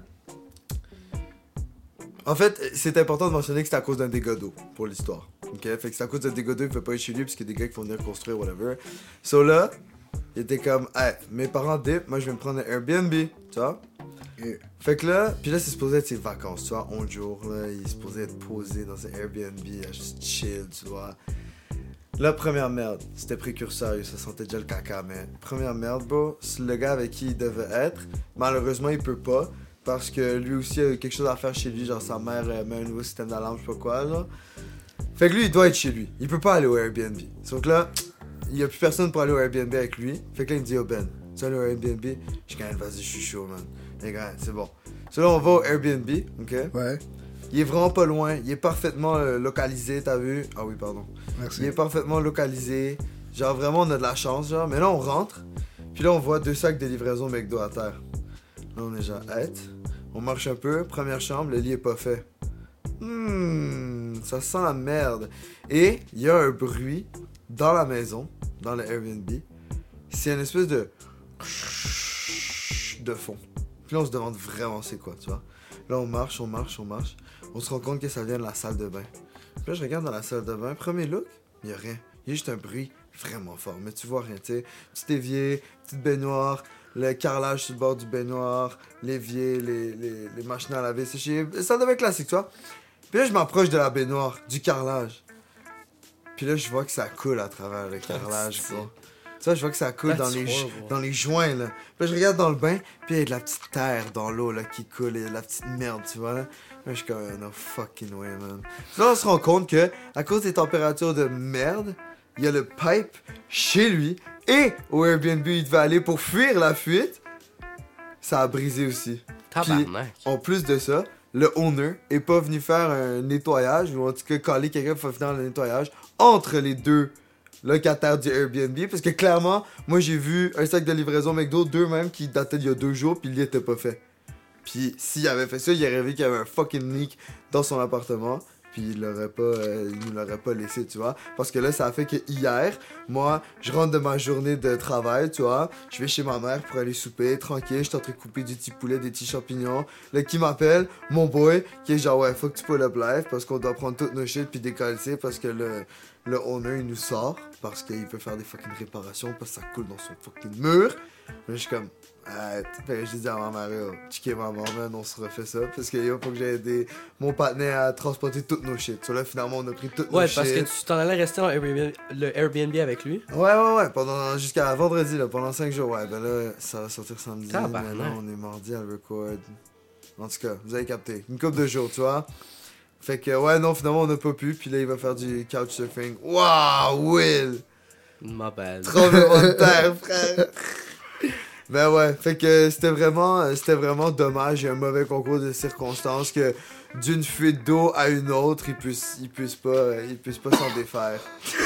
En fait, c'est important de mentionner que c'est à cause d'un dégât d'eau, pour l'histoire. Ok? Fait que c'est à cause d'un dégât d'eau, il pouvait pas être chez lui, parce qu'il y a des gars qui vont venir construire, whatever. So là, il était comme, hey, mes parents dip, moi je vais me prendre un Airbnb, tu vois? Et- Fait que là, puis là, c'est supposé être ses vacances, tu vois, onze jours, là, il est supposé être posé dans un Airbnb, à juste chill, tu vois. La première merde, c'était précurseur, ça sentait déjà le caca, mais première merde, bro, c'est le gars avec qui il devait être, malheureusement, il peut pas, parce que lui aussi a quelque chose à faire chez lui, genre sa mère euh, met un nouveau système d'alarme, je sais pas quoi, là. Fait que lui, il doit être chez lui, il peut pas aller au Airbnb. Donc là, il y a plus personne pour aller au Airbnb avec lui, fait que là, il me dit, oh Ben, tu vas aller au Airbnb? Je suis quand même, vas-y, je suis chaud, man. Les gars, c'est bon. So là, on va au Airbnb, ok? Ouais, Il est vraiment pas loin, il est parfaitement euh, localisé, t'as vu? Ah oui, pardon. merci. Il est parfaitement localisé. Genre, vraiment, on a de la chance, genre. Mais là, on rentre, puis là, on voit deux sacs de livraison McDo à terre. Là, on est genre, hête. On marche un peu, première chambre, le lit est pas fait. Hmm, ça sent la merde. Et il y a un bruit dans la maison, dans le Airbnb. C'est une espèce de de fond. Puis là, on se demande vraiment c'est quoi, tu vois. Là, on marche, on marche, on marche. On se rend compte que ça vient de la salle de bain. Puis là, je regarde dans la salle de bain. Premier look, il y a rien. Il y a juste un bruit vraiment fort. Mais tu vois rien, tu sais. Petit évier, petite baignoire, le carrelage sur le bord du baignoire, l'évier, les, les, les machines à laver, sécher. Ça devait être classique, tu vois. Puis là, je m'approche de la baignoire, du carrelage. Puis là, je vois que ça coule à travers le carrelage, quoi. Tu vois, je vois que ça coule dans That's les, horrible. dans les joints, là. Puis là, je regarde dans le bain, puis il y a de la petite terre dans l'eau, là, qui coule. Il y a de la petite merde, tu vois, là. Là, je suis comme, no fucking way, man. Puis là, on se rend compte que, à cause des températures de merde, il y a le pipe chez lui et au Airbnb, il devait aller pour fuir la fuite. Ça a brisé aussi. Tabarnak. En plus de ça, le owner est pas venu faire un nettoyage, ou en tout cas, caler quelqu'un pour faire le nettoyage entre les deux locataires du Airbnb, parce que clairement, moi j'ai vu un sac de livraison McDo, deux même, qui datait d'il y a deux jours, puis il était pas fait. Puis s'il avait fait ça, il aurait vu qu'il y avait un fucking leak dans son appartement, puis il l'aurait pas, euh, il nous l'aurait pas laissé, tu vois. Parce que là, ça a fait que hier, moi, je rentre de ma journée de travail, tu vois, je vais chez ma mère pour aller souper, tranquille, je suis en train de couper du petit poulet, des petits champignons. Là, qui m'appelle, mon boy, qui est genre, ouais, faut que tu pull up live, parce qu'on doit prendre toutes nos shit, puis décoller, parce que le, le owner, il nous sort, parce qu'il peut faire des fucking réparations, parce que ça coule dans son fucking mur. Mais je suis comme, ah, ben, j'ai dit à ma mère, yo, checker maman, man, on se refait ça. Parce que yo, faut que j'ai aidé mon partenaire à transporter toutes nos shit. So là, finalement, on a pris toutes Ouais, nos parce shit. que tu t'en allais rester dans Airbnb- le Airbnb avec lui. Ouais, ouais, ouais, pendant, jusqu'à vendredi, là, pendant cinq jours. Ouais, ben là, ça va sortir samedi. Tabarnak. Maintenant, on est mardi à le record. En tout cas, vous avez capté. Une couple de jours, tu vois. Fait que, ouais, non, finalement, on n'a pas pu. Puis là, il va faire du couchsurfing. Waouh, Will! Ma bad. Tremblement de terre, frère. Ben ouais, fait que c'était vraiment, euh, c'était vraiment dommage. Il y a un mauvais concours de circonstances que d'une fuite d'eau à une autre, il puisse, il puisse pas, euh, il puisse pas s'en défaire.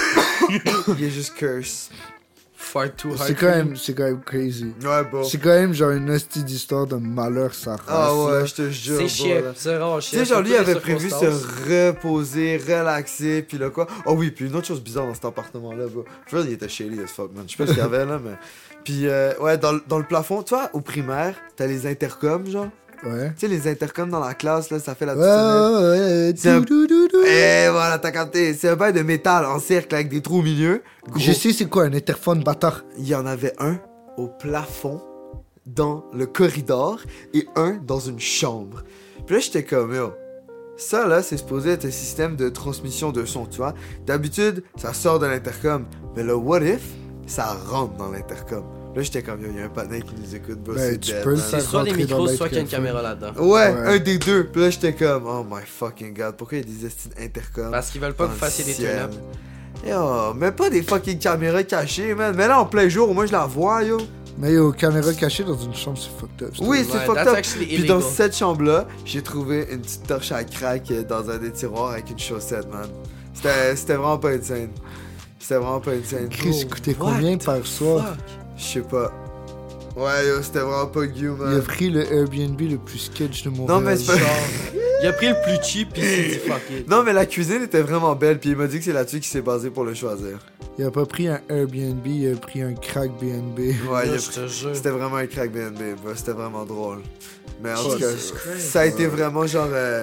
Il est juste curse. Far too hard. C'est quand même, c'est quand même crazy. Ouais, bon. C'est quand même genre une hostie d'histoire de malheur, ça race. Ah là. ouais, je te jure. C'est bon, chiant. là. C'est vraiment Tu chiant. sais, genre, lui, il Surtout les avait prévu se circonstances. reposer, relaxer, puis là quoi. Oh oui, puis une autre chose bizarre dans cet appartement-là, bro. Fred, il était shady as fuck, man. Je sais pas ce qu'il y avait, là, mais. Puis, euh, ouais, dans, le- dans le plafond, tu vois, au primaire, t'as les intercoms, genre. Ouais. Tu sais, les intercoms dans la classe, là, ça fait la Ouais, petite sonnette. ouais, ouais. C'est un- Dou, dou, dou. Eh, voilà, t'as capté. C'est un bail de métal en cercle avec des trous au milieu. Gros, Je sais c'est quoi un interphone bâtard. il y en avait un au plafond, dans le corridor, et un dans une chambre. Puis là, j'étais comme, yo, ça, là, c'est supposé être un système de transmission de son, tu vois. D'habitude, ça sort de l'intercom. Mais le what if, ça rentre dans l'intercom. Là, j'étais comme, il y a un patin qui nous écoute, bro, Ben, c'est tu dead, peux le man. faire. C'est soit des rentrer dans micros, le soit qu'il y a une téléphone. caméra là-dedans. Ouais, Ouais. un des deux. Puis là, j'étais comme, oh my fucking god, pourquoi il y a des estimes intercoms? Parce qu'ils veulent pas que dans vous le fassiez des ciel? turn-up. Yo, mais pas des fucking caméras cachées, man. Mais là, en plein jour, moi, je la vois, yo. Mais aux caméras cachées dans une chambre, c'est fucked up. Oui, c'est Ouais, fucked that's up. actually Puis dans illegal. cette chambre-là, j'ai trouvé une petite torche à crack euh, dans un des tiroirs avec une chaussette, man. C'était c'était vraiment pas insane. C'était vraiment pas insane. Chris, il coûtait What combien the par soir? Fuck. Je sais pas. Ouais, yo, c'était vraiment pas gueux, Il a man. pris le Airbnb le plus sketch de Montréal. Non, mais c'est pas... Il a pris le plus cheap pis il s'est dit fuck it. Non, mais la cuisine était vraiment belle, puis il m'a dit que c'est là-dessus qu'il s'est basé pour le choisir. Il a pas pris un Airbnb, il a pris un crack B N B. Ouais, il a Là, pris- je te jure. C'était vraiment un crack B N B, bah, c'était vraiment drôle. Mais en tout cas, Jesus Christ. ça a été vraiment genre... euh,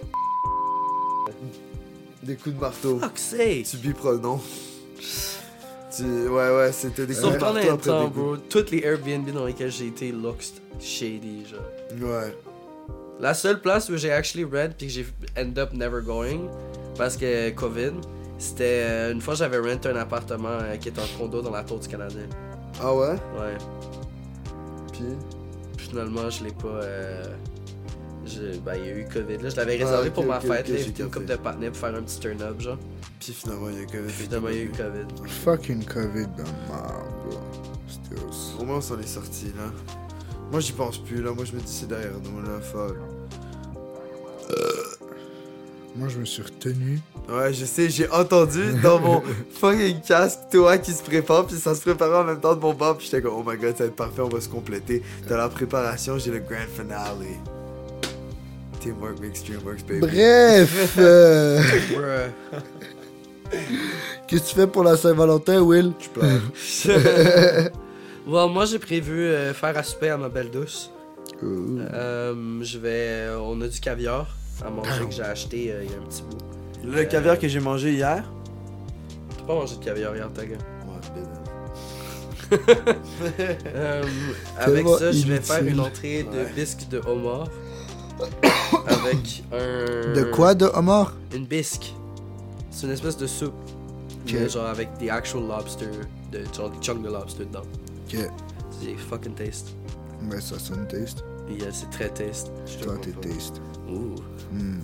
des coups de marteau. Fuck sake. Tu biperas le nom. Tu... Ouais, ouais, c'était des coups de Sauf qu'en marteau même après temps, des coups. bro, toutes les Airbnb dans lesquels j'ai été looked shady, genre. Ouais. La seule place où j'ai actually read puis que j'ai end up never going parce que COVID, c'était euh, une fois j'avais renté un appartement euh, qui est un condo dans la tour du Canadien. Ah ouais? Ouais. Puis... Finalement, je l'ai pas. Euh... je- Ben, il y a eu COVID. Là, je l'avais Ah, réservé ok, pour ma ok, fête. ok, là, j'ai J'étais une capté. couple de partenaires pour faire un petit turn-up, genre. Puis finalement, il y a que... Finalement, il y a eu COVID. Fucking COVID dans le marde, bro. Stills. Au moins, on s'en est sorti, là. Moi, j'y pense plus, là. Moi, je me dis, c'est derrière nous, là. Fuck. Moi, je me suis retenu. Ouais, je sais, j'ai entendu dans mon fucking casque toi qui se prépare, puis ça se préparait en même temps de mon bord, puis j'étais comme, oh my god, ça va être parfait, on va se compléter. Dans la préparation, j'ai le grand finale. Teamwork makes dream works, baby. Bref! euh, Bruh. Qu'est-ce que tu fais pour la Saint-Valentin, Will? Je pleure. Well, moi, j'ai prévu euh, faire à souper à ma belle douce. Ouh. Euh, je vais. euh, on a du caviar à manger que j'ai acheté euh, il y a un petit bout. Le caviar que j'ai mangé hier. T'as pas mangé de caviar hier, ta gueule. Ouais, Euh, avec Tellement ça, je vais inutile. faire une entrée de Ouais. bisque de homard. avec un. De quoi, de homard? Une bisque. C'est une espèce de soupe. Mais genre avec des actual lobster. De, genre des chunks de lobster dedans. Ok. C'est fucking taste. Ben, ça sonne taste. Et euh, c'est très taste. Je te Toi, comprends t'es pas. taste. Ouh. Hmm.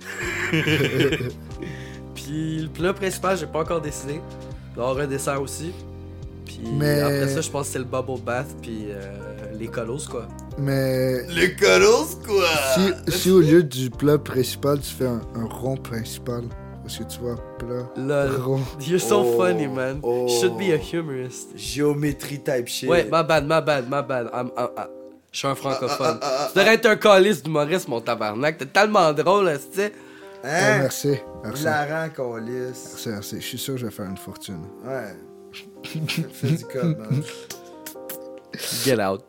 Puis le plat principal, j'ai pas encore décidé. Il va y avoir un dessert aussi. Puis Mais- après ça, je pense que c'est le bubble bath puis euh, les colos quoi. Mais Les colos, quoi! si, si au lieu du plat principal, tu fais un, un rond principal, parce que tu vois, plat, Lol. rond. You're so Oh, funny, man. oh. You should be a humorist. Géométrie type shit. Ouais, my bad, my bad, my bad. I'm- I'm- I'm- Je suis un francophone. Ah, ah, ah, ah, Tu devrais être un calice d'humoriste, mon tabarnak. T'es tellement drôle, là, tu sais. Ah, Hein? merci. Merci. Hilarant, colis. Merci, merci. Je suis sûr que je vais faire une fortune. Ouais. Fais du code, man. Get out.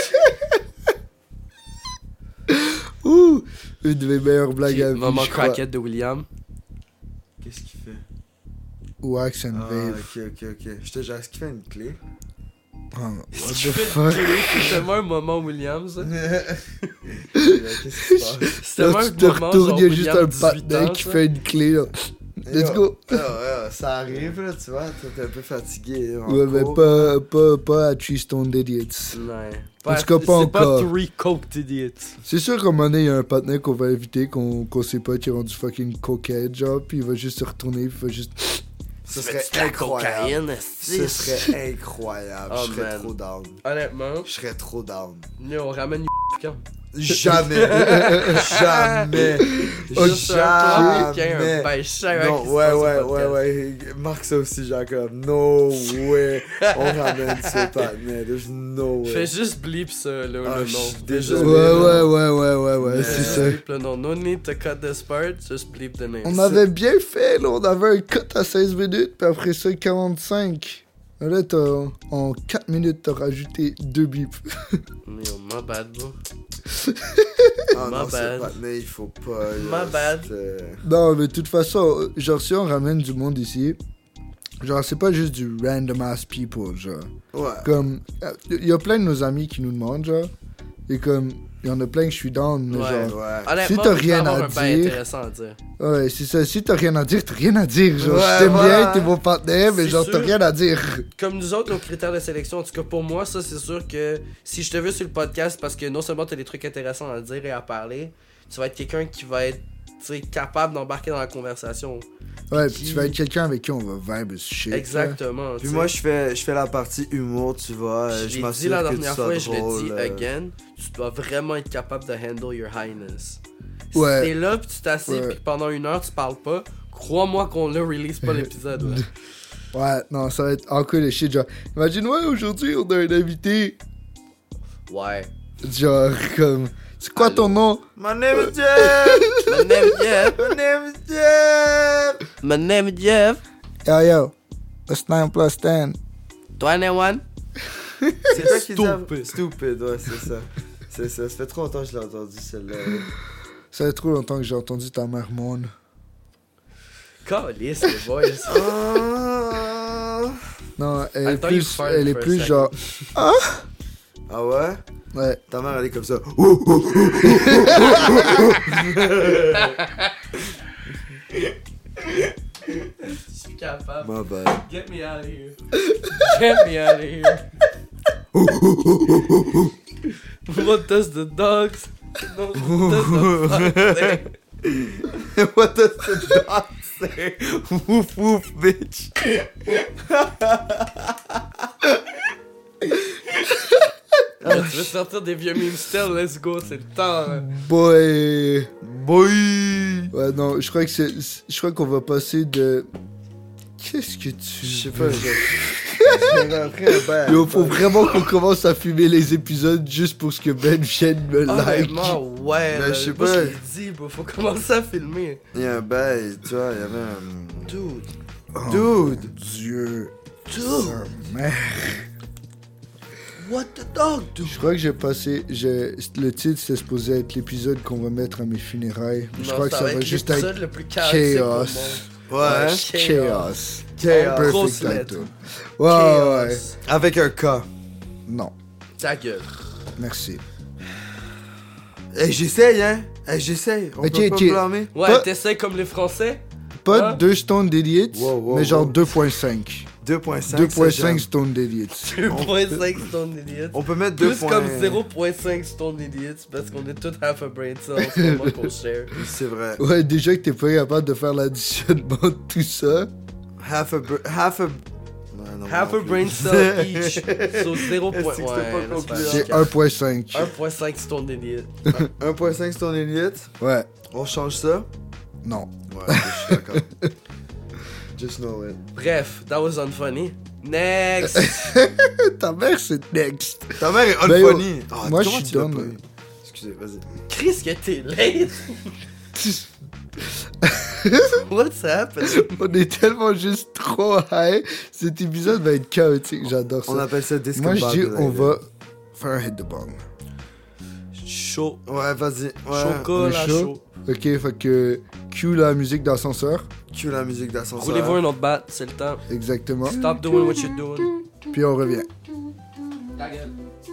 Ouh! Une de mes meilleures blagues à vie, Maman je crois. craquette de William. Qu'est-ce qu'il fait? Wax and Ah, Wave. ok, ok, ok. Je te jure, est-ce qu'il fait une clé? Oh, what the C'est fuck? tellement un moment William, ça. Qu'est-ce qui se passe? C'est tellement Là, un tu te moment, retournes, genre, il y a juste William, un dix-huit patinet ans, qui ça. fait une clé, là. Let's Yo, go! yo, yo, ça arrive, là, tu vois. T'es un peu fatigué. en Ouais, mais cours. pas, pas, pas à Three Stone Idiots. Ouais. En tout cas, pas C'est pas encore. Three Coked Idiots. C'est sûr qu'à un moment donné, il y a un patinet qu'on va inviter, qu'on qu'on sait pas, qui est rendu fucking coquette, genre, pis il va juste se retourner, pis il va juste. Ce serait incroyable. Cocaïne, Ce serait incroyable. Oh, Je serais man. trop down. Honnêtement, Je serais trop down. nous, on ramène quand? Jamais. Jamais. Juste un plan, puis qu'il y ait un Jamais. pêcheur qui Non, se ouais, passe au ouais, podcast. ouais, ouais. Marque ça aussi, Jacob. No way. On ramène ce patinet. There's no way. Fais juste bleep ça, là, Ah, le je nom. suis Fais désolé. juste Ouais, là. ouais, ouais, ouais, ouais, ouais, Mais- c'est Juste ça. bleep le nom. No need to cut this part, just bleep the name. On avait bien fait, là, on avait un cut à seize minutes, puis après ça, quarante-cinq. Là, t'as, en quatre minutes, t'as rajouté deux bips. Mais oh, my bad, bro. Ah My non, ce bad. patinet, il faut pas. My là, bad. c'est- Non, mais de toute façon, genre, si on ramène du monde ici, genre, c'est pas juste du random ass people, genre. Ouais. Comme, il y a plein de nos amis qui nous demandent, genre, et comme, il y en a plein que je suis down, mais Ouais, genre... Ouais. Honnêtement, Si t'as tu peux rien avoir à un bail dire- intéressant à dire. Ouais, c'est ça. Si t'as rien à dire, t'as rien à dire. Genre, Ouais, je t'aime voilà. bien, t'es mon partenaire, mais C'est genre, t'as sûr. rien à dire. Comme nous autres, nos critères de sélection, en tout cas pour moi, ça c'est sûr que si je te veux sur le podcast, parce que non seulement t'as des trucs intéressants à dire et à parler, tu vas être quelqu'un qui va être tu sais, capable d'embarquer dans la conversation. Ouais, Puis puis qui- tu vas être quelqu'un avec qui on va vibe ce shit. là. Exactement. Puis tu moi, sais. je fais, je fais la partie humour, tu vois. euh, je Je l'ai dit m'assure la que tu dernière sois fois et je l'ai drôle, dit euh. again, tu dois vraiment être capable de handle your highness. Ouais. Si t'es là pis tu t'assieds Ouais. pis que pendant une heure tu parles pas, crois-moi qu'on le release pas l'épisode là. Ouais, non, ça va être encore le shit. Genre, imagine, ouais, aujourd'hui, on a un invité. Ouais. Genre, comme, c'est quoi ton nom? My name is Jeff! My name is Jeff. My name is Jeff! My name is Jeff. Yo, yo, what's nine plus ten? vingt-et-un. C'est toi qui dis... Stupid. Stupid, ouais, c'est ça. C'est ça. Ça fait trop longtemps que je l'ai entendu, celle-là. Ça fait trop longtemps que j'ai entendu ta mère mourne. Calisse les boys. Ah, Non, elle I est thought you plus, farted elle est for a plus second. genre, ah ouais? ouais. Ta mère, elle est comme ça. Je suis capable. My bad. Get me out of here. Get me out of here. What does the dogs? No, what does the fuck say? What does the dog say? Woof woof, bitch. Ah, tu veux sortir des vieux memes style, let's go, c'est le temps. hein. Boy. Boy! Ouais, non, je crois que c'est, je crois qu'on va passer de... Qu'est-ce que tu... Je sais pas, je- j'avais appris un bail. Yo, faut vraiment qu'on commence à filmer les épisodes juste pour ce que Ben vienne me like. Honnêtement, ouais, Ben, là, je sais sais pas. pas. Je l'ai dit, bro, faut commencer à filmer. Il y a un bail, tu vois, il y avait un... Dude. Oh, Dude! Dieu. Dude. Sa mère. What the dog, dude? Je crois que j'ai passé... j'ai- Le titre, c'est supposé être l'épisode qu'on va mettre à mes funérailles. Je Non, crois que ça va être juste l'épisode être le plus chaotique chaos. au monde. Ouais, hein? Chaos. Chaos. Perfect Grosse title. lettre. Ouais, ouais, ouais. Chaos. Avec un K. Non, Ta gueule. merci. Eh, j'essaye, hein? Eh, j'essaye. On Ok, peut pas ok. me blâmer. Ouais, Pas- t'essayes comme les Français? Pas Hein? deux Stone d'Idiots, Wow, wow, mais genre wow. deux virgule cinq. deux virgule cinq. deux virgule ça, j'aime. cinq Stone d'Idiots. deux virgule cinq Stone Idiots. On peut mettre deux Plus points. comme zéro virgule cinq Stone Idiots parce qu'on est tous half a brain cell en ce moment qu'on share. C'est vrai. Ouais, déjà que t'es pas capable de faire l'additionnement de tout ça. Half a... br- Half a... Ouais, non, Half non a plus. brain cell each. So zéro Est-ce point que c'était pas ouais, concluant? laisse C'est faire. un virgule cinq. un virgule cinq Stone Idiots. un virgule cinq Stone Elliott. Ouais, On change ça? non. Ouais, je suis d'accord. Just know it. Bref, that was unfunny. Next! Ta mère, c'est next. Ta mère est Ben, yo, unfunny. Ah, moi, comment je suis tu l'as down, pas là. eu? Excusez, vas-y. Chris, que t'es late! What's happening? On est tellement juste trop high. Cet épisode va être chaotique, j'adore ça. On appelle ça disco Moi, je ball dis, de la on vie. va faire un hit the bong. Chaud. Ouais, vas-y. Ouais. Chocolat chaud. chaud. Ok, fait que cue la musique d'ascenseur. Cue la musique d'ascenseur. Roulez-vous un autre bat, c'est le temps. Exactement. Stop doing what you're doing. Puis on revient. Ta gueule.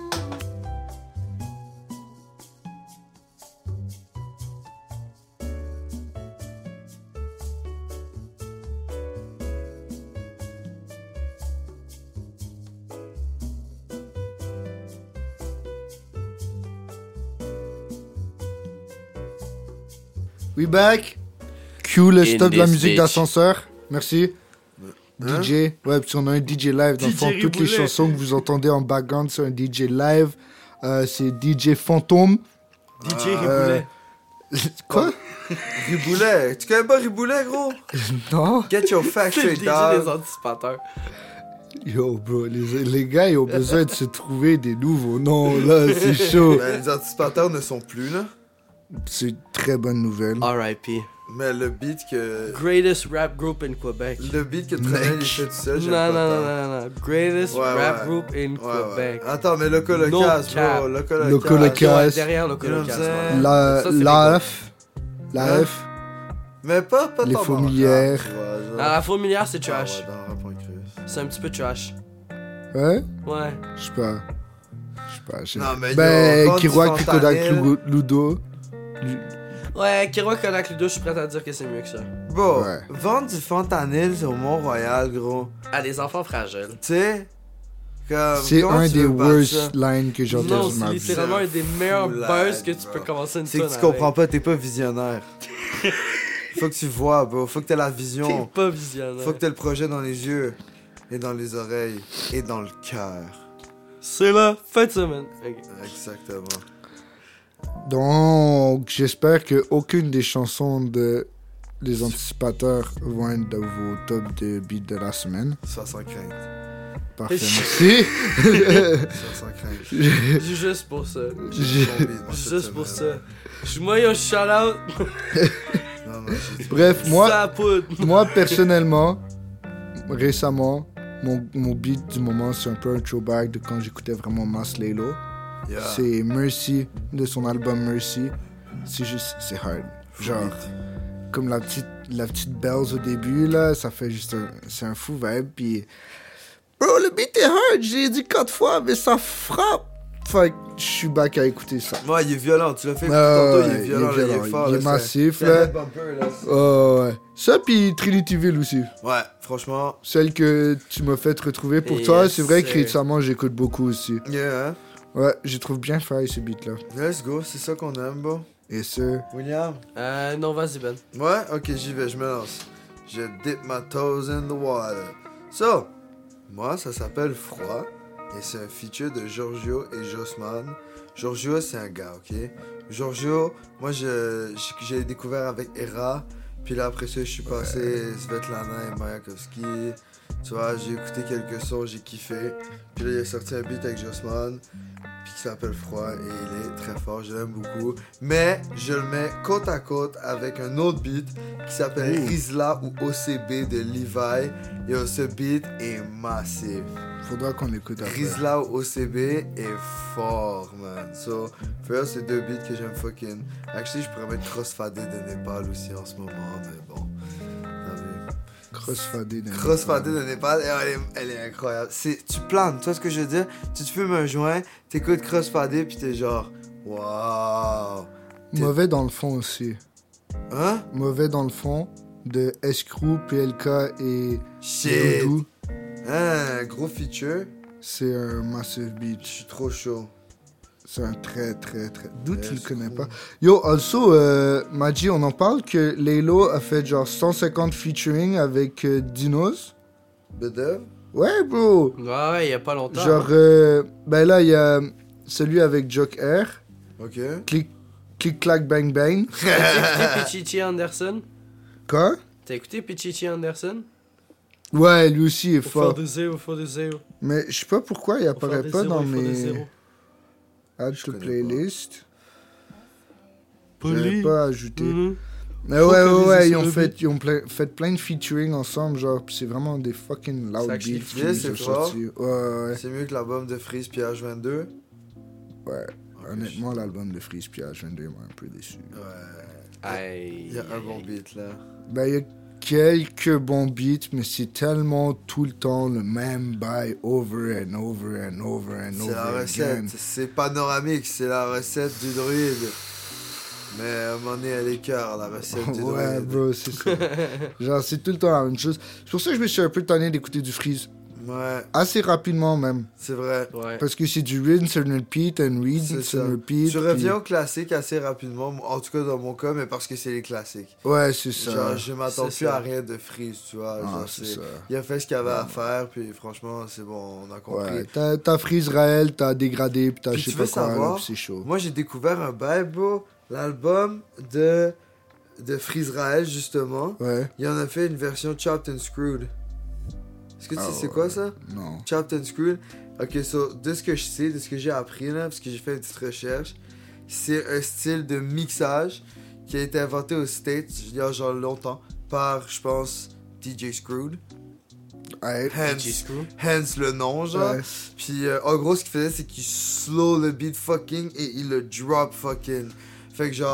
We back. Cue le In stop de la this musique bitch. d'ascenseur. Merci. Hein? D J. Ouais, puis on a un D J live. Dans le D J fond, toutes les Riboulet. chansons que vous entendez en background, c'est un D J live. Euh, c'est D J Fantôme. D J Euh, Riboulet. Quoi? Riboulet. Tu connais pas Riboulet, gros? Non. Get your facts C'est le straight, D J des dog. anticipateurs. Yo, bro, les, les gars, ils ont besoin de se trouver des nouveaux noms, là. C'est chaud. Ben, les anticipateurs ne sont plus, là. C'est une très bonne nouvelle. R I P. Mais le beat que... Greatest rap group in Quebec. Le beat que Travel il fait tout seul, j'aime Non, pas non, tant. non, non, non. Greatest Ouais, rap ouais. group in Ouais, ouais. Quebec. Attends, mais Loco No Locas, cap. bro. Loco Locas. Loco Locas. Ouais, derrière le You know what I'm Colocas. saying? ouais. La, Ça, c'est la les F. La Hein? F. Mais pas, pas Les tant fourmilières. dans le rap, tu vois, genre. Ah, la fourmilière, c'est Ah trash. ouais, dans le rap en cru. C'est un petit peu trash. Ouais? Ouais. Je sais pas. Je sais Pas, je... Non, mais ben, yo, Kiroak puis Kodak Fentanyl. Ludo. Ludo. Ouais, Kerouac Kodak Ludo, je suis prêt à dire que c'est mieux que ça. Bon, Ouais. vendre du fentanyl sur Mont-Royal, gros. À des enfants fragiles. Tu sais, comme. C'est comment un tu des veux battre worst ça? lines que j'ai Non, entendu de c'est ma vie. littéralement un des meilleurs Foulade, buzz que tu bro. peux commencer une C'est que tonne tu avec. comprends pas, t'es pas visionnaire. Faut que tu vois, bro. Faut que t'aies la T'es vision. pas visionnaire. Faut que t'aies le projet dans les yeux, et dans les oreilles, et dans le cœur. C'est la fin de semaine. Ok. Exactement. Donc, j'espère que aucune des chansons de Les Anticipateurs vont être dans vos top de beats de la semaine. Sois sans crainte. Parfait, merci. Sois sans crainte. J'ai juste pour ça. J'ai ton beat, moi, cette Juste pour semaine. ça. Je moi un shout out. Non, non, j'ai dit- Bref, moi, Ça poudre. moi personnellement, récemment, mon, mon beat du moment, c'est un peu un throwback de quand j'écoutais vraiment Mas Lelo. Yeah. C'est Mercy, de son album Mercy. C'est juste, c'est hard. Genre, comme la petite, la petite bells au début, là, ça fait juste un, c'est un fou vibe. Puis, bro, le beat est hard, j'ai dit quatre fois, mais ça frappe. Fait que je suis back à écouter ça. Moi, il est violent, tu l'as fait Ah, tantôt, il ouais, est violent, là, il est fort. il là, est c'est- massif, c'est un là. head bumper, là, c'est- Oh, ouais. Ça, puis Trinityville aussi. Ouais, franchement, Celle que tu m'as fait retrouver pour Yes, toi, c'est vrai que sir. récemment, j'écoute beaucoup aussi. yeah, hein. Ouais, je trouve bien fly ce beat-là. Let's go, c'est ça qu'on aime, bon. Et ce, William? Euh, non, vas-y, Ben. Ouais, ok, j'y vais, je me lance. Je dip my toes in the water. So, moi, ça s'appelle Froid. Et c'est un feature de Giorgio et Jossman. Giorgio, c'est un gars, ok? Giorgio, moi, je, je- j'ai découvert avec Hera. Puis là, après ça, je suis passé Svetlana et Mayakovsky. Tu vois, j'ai écouté quelques sons, j'ai kiffé. Puis là, il a sorti un beat avec Jossman. Puis qui s'appelle Froid. Et il est très fort, je l'aime beaucoup. Mais je le mets côte à côte avec un autre beat qui s'appelle Ouh. Rizla ou O C B de Levi. Et ce beat est massif. faudra qu'on l'écoute après. Rizla ou O C B est fort, man. So, for real, c'est deux beats que j'aime fucking. Actually, je pourrais mettre Crossfadé de Népal aussi en ce moment, mais bon. T'as vu? Crossfadé. de Crossfadé Népal. de Népal, elle est, elle est incroyable. C'est, tu planes, tu vois ce que je veux dire? Tu te fumes un joint, t'écoutes Crossfadé, puis t'es genre, waouh. T'es- Mauvais dans le fond aussi. Hein? Mauvais dans le fond de Escrew, P L K et Shit. Doudou. Hein, gros feature. C'est un massive beat. Je suis trop chaud. C'est un très, très, très... D'où tu le Escrew. connais pas? Yo, also, euh, Maji, on en parle que Laylo a fait genre cent cinquante featuring avec euh, Dinos. Bedev? Ouais, bro! Ouais, ouais, il y a pas longtemps. Genre, hein. euh, ben là, il y a celui avec Jock Air, Ok. Click, Click Clack Bang Bang. T'as écouté Pichichi Anderson? Quoi? T'as écouté Pichichi Anderson? Ouais, lui aussi est Faut faire fort. des zéros, faut des zéros. Mais je sais pas pourquoi il Faut apparaît faire des pas zéros, dans il faut des mes zéros. add Je to connais playlist. Poli. J'avais pas ajouté. Mhm. Mais Faut ouais, que ouais, les ouais, ils sur ont, le fait, ils ont pla- fait plein de featuring ensemble, genre, pis c'est vraiment des fucking loud C'est beats actually qui bien, ont c'est sorti. Ouais, ouais, C'est mieux que l'album de Freeze puis H vingt-deux. ouais. Honnêtement, l'album de Freeze puis H vingt-deux m'a un peu déçu. Ouais. Aïe. Il y a un bon beat là. Ben, il y a quelques bons beats, mais c'est tellement tout le temps le même bail over and over and over and C'est over la again. recette. C'est panoramique, c'est la recette du druide. Mais à un moment donné, elle est cœur, la recette du Ouais, druide. bro, c'est ça. Genre, c'est tout le temps la même chose. C'est pour ça que je me suis un peu tanné d'écouter du Freeze. Ouais, Assez rapidement, même. c'est vrai. Ouais. Parce que c'est du rinse and repeat and C'est rinse ça. and repeat. Tu puis- reviens au classique assez rapidement, en tout cas dans mon cas, mais parce que c'est les classiques. Ouais, c'est ça. Genre, je m'attends C'est plus ça. à rien de Freeze, tu vois. Ah, Genre, c'est c'est- ça. Il a fait ce qu'il avait à faire, puis franchement, c'est bon, on a compris. Ouais, t'as, t'as Freeze Raël, t'as dégradé, puis t'as Puis je sais tu pas veux quoi, là, savoir, puis c'est chaud. Moi, j'ai découvert un bail, bro. L'album de, de Freeze Raël, justement. Ouais, Il en a fait une version Chopped and Screwed. Est-ce que tu Ah sais c'est ouais. quoi ça? non. Chopped and Screwed. Ok, so, de ce que je sais, de ce que j'ai appris là, parce que j'ai fait une petite recherche, c'est un style de mixage qui a été inventé aux States il y a genre longtemps par, je pense, D J Screwed. Ouais, Hence, G-Screw. hence le nom, genre. ouais. Puis euh, en gros, ce qu'il faisait, c'est qu'il slow le beat fucking et il le drop fucking. Fait que genre,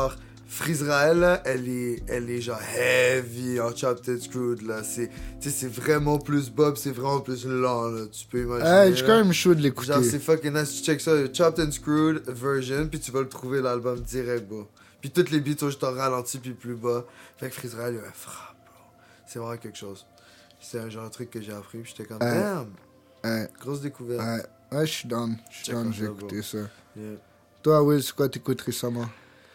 Freezerael, là, elle est, elle est genre heavy en chopped and screwed, là. C'est, tu sais, c'est vraiment plus bob, c'est vraiment plus lent, là. Tu peux imaginer. Ah, je suis quand même chaud de l'écouter. Genre, c'est fucking nice. Tu check ça, chopped and screwed version, puis tu vas le trouver l'album direct, bro. Puis toutes les beats sont juste en ralenti, puis plus bas. Fait que Freezerael, il a frappe, bro. C'est vraiment quelque chose. C'est un genre de truc que j'ai appris, puis j'étais comme, Ouais. damn! Ouais. Grosse découverte. Ouais, ouais je suis down. Je suis Check down, on j'ai ça, écouté bro. ça. Yeah. Toi, Will, c'est quoi t'écoutes récemment?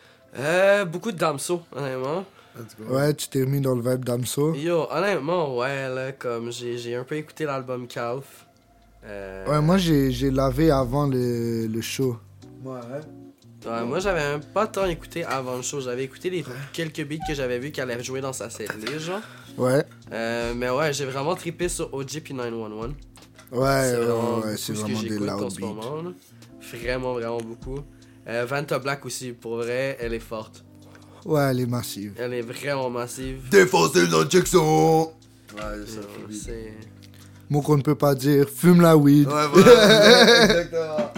Euh, beaucoup de Damso, honnêtement. Let's go. Ouais, tu t'es remis dans le vibe d'Amso. Yo, honnêtement, ouais, là, comme j'ai j'ai un peu écouté l'album Calf. Euh, Ouais, moi, j'ai j'ai lavé avant le, le show. Ouais, hein? Ouais, moi j'avais même pas tant écouté avant le show. J'avais écouté les quelques beats que j'avais vu qu'elle allait jouer dans sa setlist, genre. Ouais. Euh, mais ouais, j'ai vraiment trippé sur O G puis neuf un un. Ouais, C'est ouais, vraiment ouais, beaucoup c'est ce que vraiment des j'écoute en loud ce beats. moment, là. Vraiment, vraiment beaucoup. Euh, Vanta Black aussi, pour vrai, elle est forte. Ouais, elle est massive. Elle est vraiment massive. Défoncez dans Jackson! Ouais, ça Yo, fait vite. c'est... Mot qu'on ne peut pas dire, fume la weed. Ouais, voilà, exactement.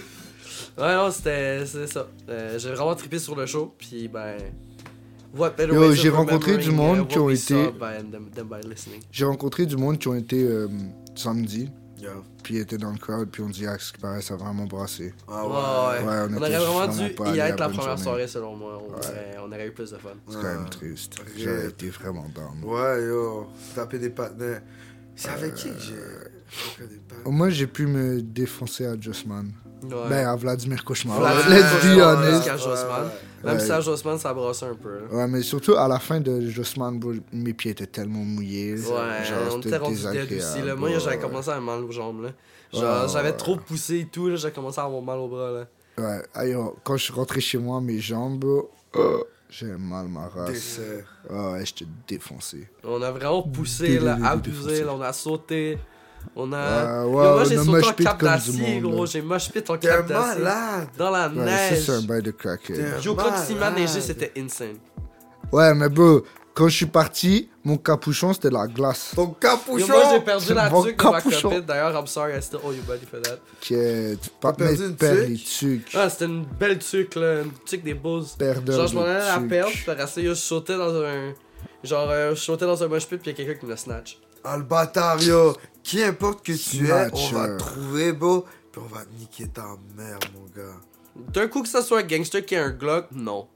Ouais, non, c'était c'est ça. Euh, j'ai vraiment trippé sur le show, puis ben... What better Yo, ways of j'ai rencontré du remembering, monde uh, qui what ont we été- saw by them, them by listening. J'ai rencontré du monde qui ont été euh, samedi, Yeah. puis ils étaient dans le crowd, puis on dit, ah, ce qui paraît, ça a vraiment brassé. Ah Ouais, ouais. ouais. Ouais, on On était aurait vraiment vraiment dû pas y allés à être la bonne première journée. soirée, selon moi. On, aurait, on aurait eu plus de fun. C'est quand même triste. Ouais. J'aurais été vraiment down. Ouais, yo. Taper des partenaires. C'est avec qui que j'ai. tapé des partenaires? Moi, j'ai pu me défoncer à Jossman. Ouais. Ben, à Vladimir Cauchemar. Vladimir Let's be Cauchemar, honest. Pascal Jossman. Ouais, Même Ouais. si à Jossman, ça brassait un peu. Là. Ouais, mais surtout à la fin de Jossman, bro, mes pieds étaient tellement mouillés. Ouais, genre, on c'était était rendu dead désagréable, aussi. Là. Moi, ouais. j'avais commencé à avoir mal aux jambes. Là. Genre, Ouais, j'avais ouais. trop poussé et tout. Là, j'ai commencé à avoir mal aux bras. Là. Ouais, aïe, oh, quand je suis rentré chez moi, mes jambes, bro, oh, j'ai mal ma race. Décès. Ouais, ouais, j'étais défoncé. On a vraiment poussé, Dé- là, dé- dé- abusé. défoncé. Là, on a sauté. On a. Ouais, Yo, ouais, moi, j'ai on a sauté en mosh pit cap comme du d'acier, monde, gros. là. J'ai mosh pit en T'es cap d'acier. malade. Dans la Ouais, ça, neige. c'est un bail de crackhead. T'es- Yo, quand il m'a malade. neigé, c'était insane. Ouais, mais bro, quand je suis parti, mon capuchon, c'était la glace. Ton Yo, capuchon! moi, j'ai perdu la Mon tuque de ma capuchon. copine. D'ailleurs, I'm sorry, I still owe you buddy for that. Que tu pas T'as perdu mettre une perdre tuque? les tuques. Ah, c'était une belle tuque, là. Une tuque des Bulls. Perdeur Genre, je m'en de allais la tuque. perdre, puis après ça, yo, je sautais dans un. Genre, euh, je sautais dans un mosh pit, puis il y a quelqu'un qui me l'a snatch. Ah, le bâtard, yo. Qui importe que tu es, on Snatcher. va te trouver, bro. Puis on va te niquer ta mère, mon gars. D'un coup, que ça soit un gangster qui a un Glock, non.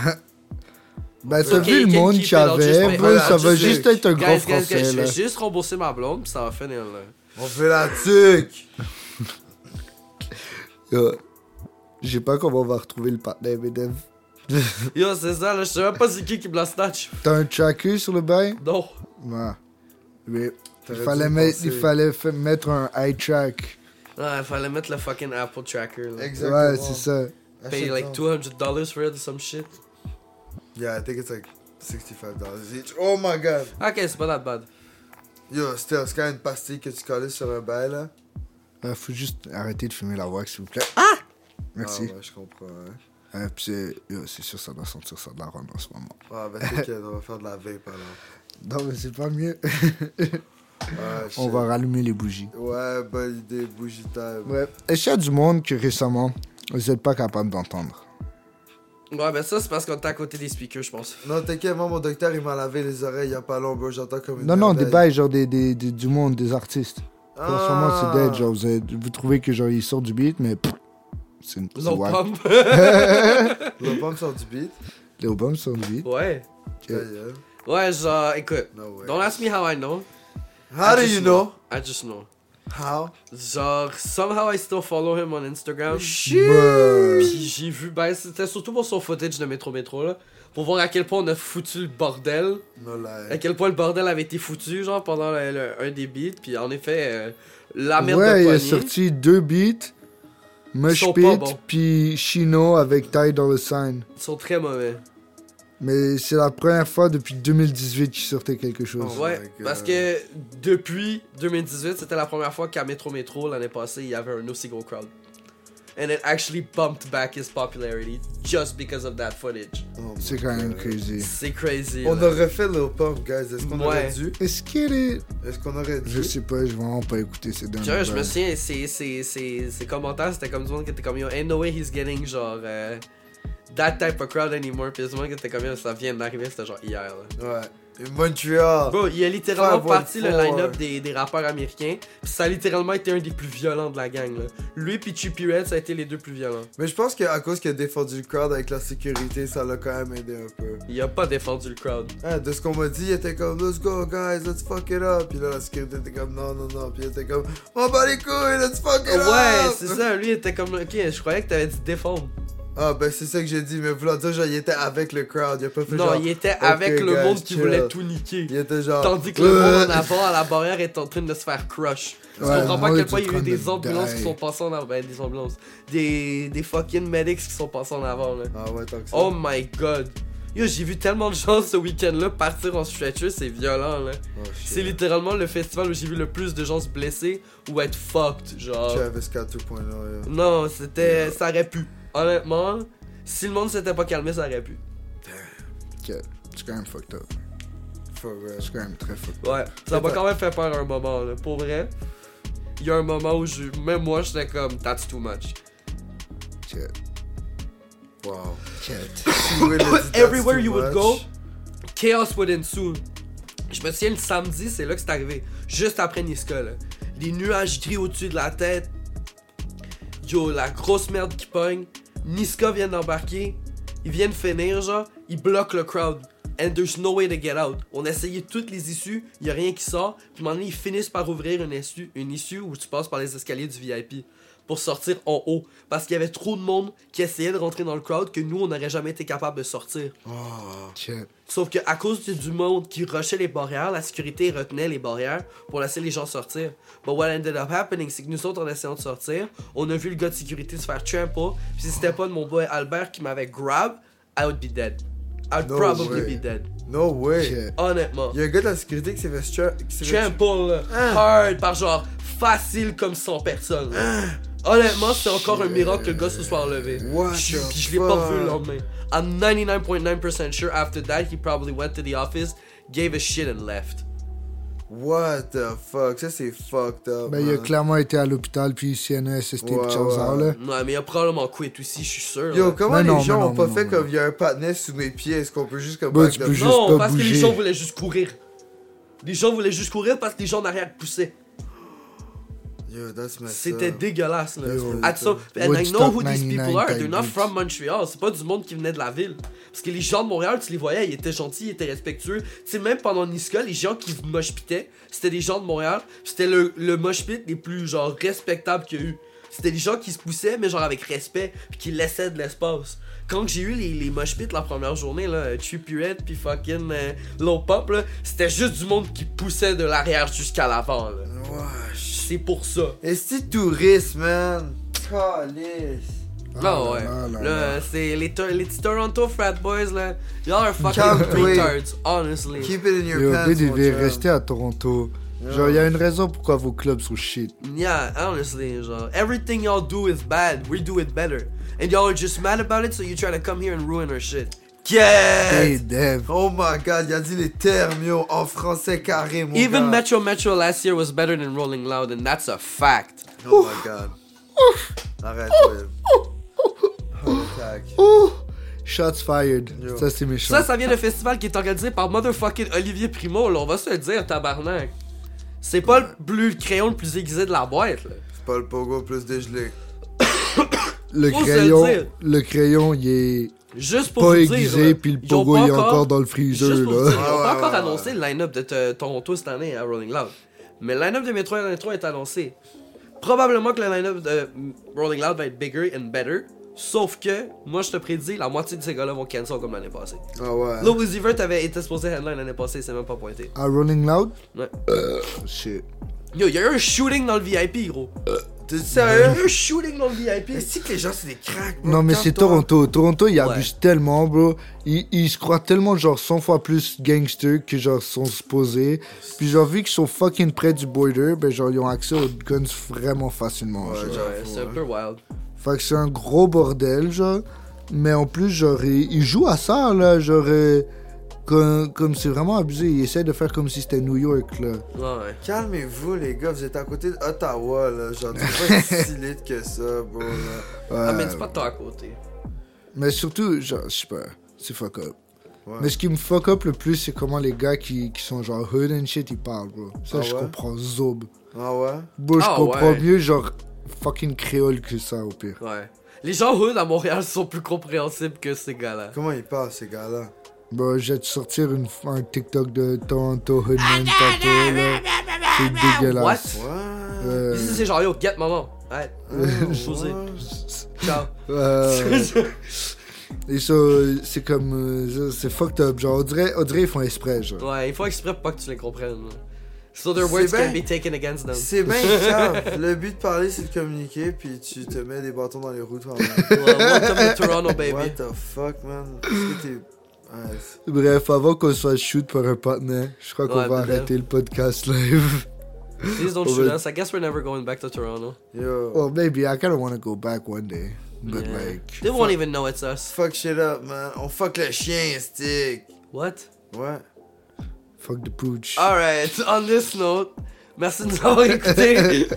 Ben, t'as Ok, vu le keep- monde keep qu'il y it on just avait, my- bro, voilà, ça va just juste like- être un gros Guys, guys, français, guys, je là. vais juste rembourser ma blonde, puis ça va finir, là. On fait la tuque. Yo, je sais pas comment on va retrouver le partenaire, mais Dev. Yo, c'est ça, là, je sais même pas c'est qui qui me l'a snatch. T'as un tracker sur le bail? Non. Ouais. Mais il T'aurais fallait, dû mettre, penser. il fallait fa- mettre un eye track. Ouais, il fallait mettre le fucking Apple tracker, là. Exactement. Ouais, c'est ça. Pay like Achète-en. two hundred dollars for it or some shit. Yeah, I think it's like sixty-five dollars each. Oh my god. Ok, c'est pas that bad. Yo, c'était c'est quand même une pastille que tu collais sur un bail, là. Euh, faut juste arrêter de fumer la wax, s'il vous plaît. Ah! Merci. Ah ouais, je comprends, hein. Euh, puis c'est, yo, c'est sûr, ça doit sentir ça de la ronde en ce moment. Ah, ben t'inquiète, on va faire de la vape, alors. Non, mais c'est pas mieux. Ah, On shit. va rallumer les bougies. Ouais, bonne idée, bougie time. Ouais. Est-ce qu'il y a du monde que récemment, vous n'êtes pas capable d'entendre? Ouais, ben ça, c'est parce qu'on était à côté des speakers, je pense. Non, t'inquiète, moi, mon docteur, il m'a lavé les oreilles il y a pas long, bro. J'entends comme une Non, non, des merveille. bails, genre des, des, des- du monde, des artistes. En ce moment, Ah. c'est dead, genre, vous, avez- vous trouvez que genre, ils sortent du beat, mais pff, c'est une c'est No wack. pump. Le pomme sort du beat. Les albums sont du beat. Ouais. Ok. Ta gueule. Ouais, genre, écoute. No way. Don't ask me how I know. How I do just you know? I just know. How? Genre, somehow I still follow him on Instagram. Bruh. Puis j'ai vu, ben c'était surtout pour son footage de Métro Métro là. Pour voir à quel point on a foutu le bordel. No À lie. quel point le bordel avait été foutu, genre, pendant le- le- un des beats. Puis en effet, euh, la merde Ouais, de il a poignée. sorti deux beats, Mosh sont Pit, pas bons. puis Chino avec Ty Dolla Sign. Ils sont très mauvais. Mais c'est la première fois depuis deux mille dix-huit qu'il sortait quelque chose. Oh Ouais, my God. parce que depuis deux mille dix-huit, c'était la première fois qu'à Métro Métro, l'année passée, il y avait un no single crowd. And it actually bumped back his popularity just because of that footage. Oh my C'est quand même God. crazy. C'est crazy. On là. aurait fait Lil Pump, guys. Est-ce qu'on Ouais. aurait dû? Est-ce qu'il est... Est-ce qu'on aurait dû? Je sais pas, je vais vraiment pas écouter ces derniers Genre, je me bails. souviens, ses, ses, ses, ses commentaires, c'était comme du monde qui était comme yo, ain't no way he's getting genre euh, that type of crowd anymore. Pis moi, que t'es comme, ça vient d'arriver, c'était genre hier, là. Ouais. Et Montreal. Bro, il a littéralement Five parti le one four. line-up des, des rappeurs américains. Pis ça a littéralement été un des plus violents de la gang, là. Lui pis Trippie Redd, ça a été les deux plus violents. Mais je pense qu'à cause qu'il a défendu le crowd avec la sécurité, ça l'a quand même aidé un peu. Il a pas défendu le crowd. Ah, de ce qu'on m'a dit, il était comme let's go guys, let's fuck it up. Puis là, la sécurité était comme non, non, non. Puis il était comme on bat les couilles, let's fuck it up. Ouais, c'est ça, lui était comme, ok, je croyais que t'avais dit défendre. Ah, ben c'est ça que j'ai dit, mais vouloir dire, genre, il était avec le crowd, il a pas fait Non, genre. il était ok, avec le guys, monde qui chill. voulait tout niquer. Il était genre. Tandis que le monde en avant, à la barrière, est en train de se faire crush. Tu Ouais, comprends pas à moi, quel il point il y a eu était en des train de ambulances die. qui sont passées en avant. Ben, des ambulances. Des, des fucking medics qui sont passés en avant, là. Ah ouais, tant que ça. Oh my god. Yo, j'ai vu tellement de gens ce week-end-là partir en stretcher, c'est violent, là. Oh, shit. C'est littéralement le festival où j'ai vu le plus de gens se blesser ou être fucked, genre. Travis Scott deux point zéro. Non, c'était. Ça aurait pu. Honnêtement, si le monde s'était pas calmé, ça aurait pu. Ok, c'est quand même fucked up. For real. C'est quand même très fucked up. Ouais, ça m'a quand même fait peur un moment, là. Pour vrai, il y a un moment où je, même moi, j'étais comme, that's too much. Ok. Wow. Ok. Everywhere you would go, chaos would ensue. Je me souviens le samedi, c'est là que c'est arrivé. Juste après Niska, là. Les nuages gris au-dessus de la tête. Yo, la grosse merde qui pogne. Niska vient d'embarquer. Ils viennent finir, genre. Ils bloquent le crowd. And there's no way to get out. On a essayé toutes les issues, y a rien qui sort. Puis à un moment donné, ils finissent par ouvrir une issue, une issue où tu passes par les escaliers du V I P pour sortir en haut. Parce qu'il y avait trop de monde qui essayait de rentrer dans le crowd que nous, on n'aurait jamais été capable de sortir. Oh. Ok. Sauf que à cause du, du monde qui rushait les barrières, la sécurité retenait les barrières pour laisser les gens sortir. But what ended up happening, c'est que nous autres, en essayant de sortir, on a vu le gars de sécurité se faire trample. Puis si c'était pas de mon boy Albert qui m'avait grab, I would be dead. I'd No probably way. be dead. No way. Ok. Honnêtement. Il y a un gars de la sécurité qui s'est fait stra- qui s'est fait- Trample, là, hard, par genre facile comme cent personnes. là. Honnêtement, c'est encore un miracle que le gars se soit relevé. What Je- the Puis je l'ai pas revu le fuck? lendemain. I'm ninety-nine point nine percent sure after that, he probably went to the office, gave a shit and left. What the fuck? Ça c'est fucked up. Ben, il a man. clairement été à l'hôpital, puis C N S, c'était Ouais, ouais, ouais. là. Ouais, mais il a probablement quit aussi, je suis sûr. Yo, là. comment Mais les non, gens mais ont non, pas mais fait non, comme mais il y a un patinet sous mes pieds? Est-ce qu'on peut juste comme Bah, back tu the peux fuck? juste Non, pas parce que les bouger. gens voulaient juste courir. Les gens voulaient juste courir parce que les gens en arrière poussaient. Yo, that's messed C'était up. dégueulasse, là. Yo. At so, and I Woodstock know who these people ninety-nine are. They're not type from Montreal. C'est pas du monde qui venait de la ville. Parce que les gens de Montréal, tu les voyais, ils étaient gentils, ils étaient respectueux. Tu sais, même pendant Niska, les gens qui moshpitaient, c'était des gens de Montréal. C'était le, le moshpit les plus, genre, respectables qu'il y a eu. C'était des gens qui se poussaient, mais genre avec respect, puis qui laissaient de l'espace. Quand j'ai eu les, les moshpits la première journée, là, Trippie Redd puis fucking euh, Lil Pump, là, c'était juste du monde qui poussait de l'arrière jusqu'à l'avant, là. Wesh. C'est pour ça. Et c'est touriste, man. Calice. Ah Non, ouais. là là Là, là. c'est les, Tor- les petits Toronto frat boys, là. Y'all are fucking Calme-toi. retards, honestly. Keep it in your Yo, pants, B mon devait chum. rester à Toronto. Genre, il y a une raison pourquoi vos clubs sont shit. Yeah, honestly, genre, everything y'all do is bad. We do it better. And y'all are just mad about it, so you try to come here and ruin our shit. Hey, Yes! Dev. Oh my god, il a dit les termes, yo, en français carré, mon Even gars. Metro Metro last year was better than Rolling Loud, and that's a fact. Oh my god. Arrête, Will. Heart attack. Ouh! Shots fired. Yo. Ça, c'est méchant. Ça, ça vient d'un festival qui est organisé par motherfucking Olivier Primo, là, on va se le dire, tabarnak. C'est pas le plus le crayon le plus aiguisé de la boîte, là. C'est pas le pogo plus dégelé. le faut se crayon, le dire. le crayon, il est Juste pour pas vous dire, aiguisé, là, puis le ils ont pogo, pas il est encore dans le freezer, Juste pour là. vous dire, ils ont Ouais, pas ouais, encore ouais, annoncé ouais. le line-up de t- Toronto cette année à Rolling Loud. Mais le line-up de Metro trois est annoncé. Probablement que le line-up de Rolling Loud va être bigger and better. Sauf que, moi je te prédis, la moitié de ces gars-là vont cancel comme l'année passée. Ah ouais. Lil Uzi Vert avait été supposé headline l'année passée, c'est même pas pointé. À Rolling Loud? Ouais. Shit. Yo, y'a eu un shooting dans le V I P, gros. T'es Y'a sérieux? eu un shooting dans le V I P. Mais c'est que les gens c'est des cracks, bro. Non, mais c'est Calme-toi. Toronto. Toronto, ils Ouais. abusent tellement, bro. Ils, ils se croient tellement, genre, cent fois plus gangsters que, genre, sont supposés. Puis, genre, vu qu'ils sont fucking près du border, ben, genre, ils ont accès aux guns vraiment facilement. Ouais, genre. Ouais, j'avoue, c'est un hein. peu wild. Fait que c'est un gros bordel, genre. Mais en plus, genre, ils, ils jouent à ça, là. Genre, euh, comme comme c'est vraiment abusé. Ils essaient de faire comme si c'était New York, là. Ouais, ouais. Calmez-vous, les gars, vous êtes à côté d'Ottawa, là. Genre, c'est pas si lit que ça, bro, là. Ouais. Ah, mais c'est pas de toi à côté. Mais surtout, genre, je sais pas, c'est fuck up. Ouais. Mais ce qui me fuck up le plus, c'est comment les gars qui, qui sont genre hood and shit, ils parlent, bro. Ça, Ah je ouais? comprends zob. Ah ouais? Bro, je Ah comprends ouais. mieux, genre, fucking créole que ça, au pire. Ouais. Les gens hood à Montréal sont plus compréhensibles que ces gars-là. Comment ils parlent, ces gars-là? Bon, je vais te sortir une, un TikTok de Toronto Hoodman tantôt, là. C'est dégueulasse. What? Ouais. Euh, Ici, c'est genre, yo, get maman. Ouais. Posez. Ciao. euh, et ça, c'est comme... euh, c'est fucked up. Genre, on dirait, on dirait ils font exprès, genre. Ouais, il faut exprès pour pas que tu les comprennes. là. So their C'est words ben- can be taken against them. C'est bien grave. Le but de parler, c'est de communiquer, puis tu te mets des bâtons dans les roues toi-même. Well, welcome to Toronto, baby. What the fuck, man? Est-ce que t'es... Ouais, c'est- Bref, avant qu'on soit shoot par un partenaire, je crois qu'on Ouais, va bref. arrêter le podcast live. Please don't On shoot va- us. I guess we're never going back to Toronto. Yo. Well, maybe. I kind of want to go back one day. But, Yeah. like... They won't even know it's us. Fuck shit up, man. On fuck le chien, stick. What? Ouais. Fuck the pooch. Alright, on this note, merci de nous avoir écoutés.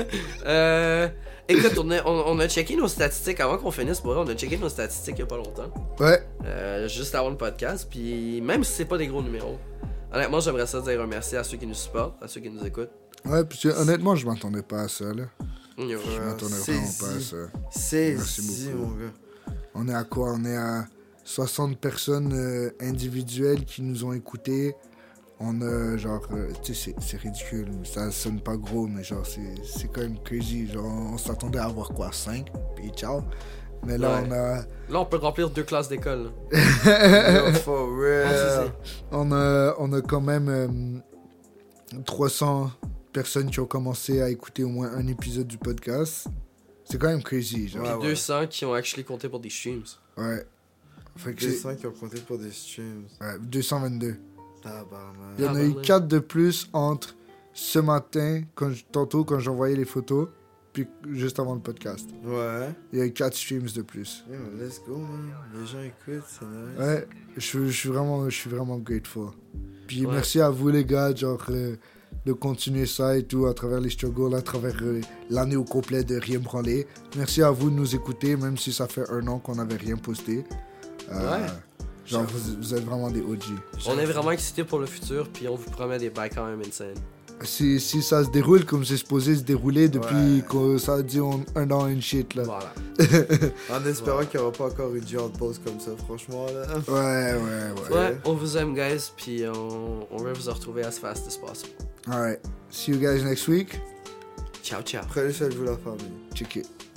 euh, écoute, on a, on, on a checké nos statistiques avant qu'on finisse. Pour vrai, on a checké nos statistiques il y a pas longtemps. Ouais. Euh, juste avant le podcast. Puis même si c'est pas des gros numéros, honnêtement, j'aimerais ça dire un merci à ceux qui nous supportent, à ceux qui nous écoutent. Ouais, parce que honnêtement, je m'attendais pas à ça, là. Yo. Je m'attendais c'est vraiment si. pas à ça. C'est Merci si, beaucoup. mon gars. On est à quoi? On est à soixante personnes euh, individuelles qui nous ont écoutés. On a genre, euh, tu sais, c'est- c'est ridicule. Ça sonne pas gros, mais genre, c'est c'est quand même crazy. Genre, on s'attendait à avoir quoi? cinq? Puis ciao. Mais là, Ouais. on a... Là, on peut remplir deux classes d'école. là. Yo, for real. On a, on a quand même euh, trois cents personnes qui ont commencé à écouter au moins un épisode du podcast. C'est quand même crazy, genre. Ouais, Puis ouais. deux cents qui ont actually compté pour des streams. Ouais. Fait que deux c'est... cents qui ont compté pour des streams. Ouais, deux cent vingt-deux. Tabarnak. Il y en a eu quatre de plus entre ce matin, quand je- tantôt quand j'envoyais les photos, puis juste avant le podcast. Ouais. Il y a eu quatre streams de plus. Yo, let's go, man. Les gens écoutent, c'est nice. Ouais, je, je suis vraiment, je suis vraiment grateful. Puis Ouais. merci à vous les gars, genre euh, de continuer ça et tout à travers les struggles, à travers euh, l'année au complet de rien branler. Merci à vous de nous écouter, même si ça fait un an qu'on n'avait rien posté. Euh, Ouais. Genre vous, vous êtes vraiment des O G. On est vraiment excités pour le futur, puis on vous promet des bails quand même insane. Si, si ça se déroule comme c'est supposé se dérouler depuis Ouais. que ça a dit on- un an une shit là. Voilà. En espérant qu'il n'y aura pas encore une genre de pause comme ça, franchement, là. Ouais, ouais, ouais. Ouais, on vous aime, guys, puis on, on va vous retrouver as fast as possible. Alright. See you guys next week. Ciao, ciao. Prenez soin de vous, la famille. Check it.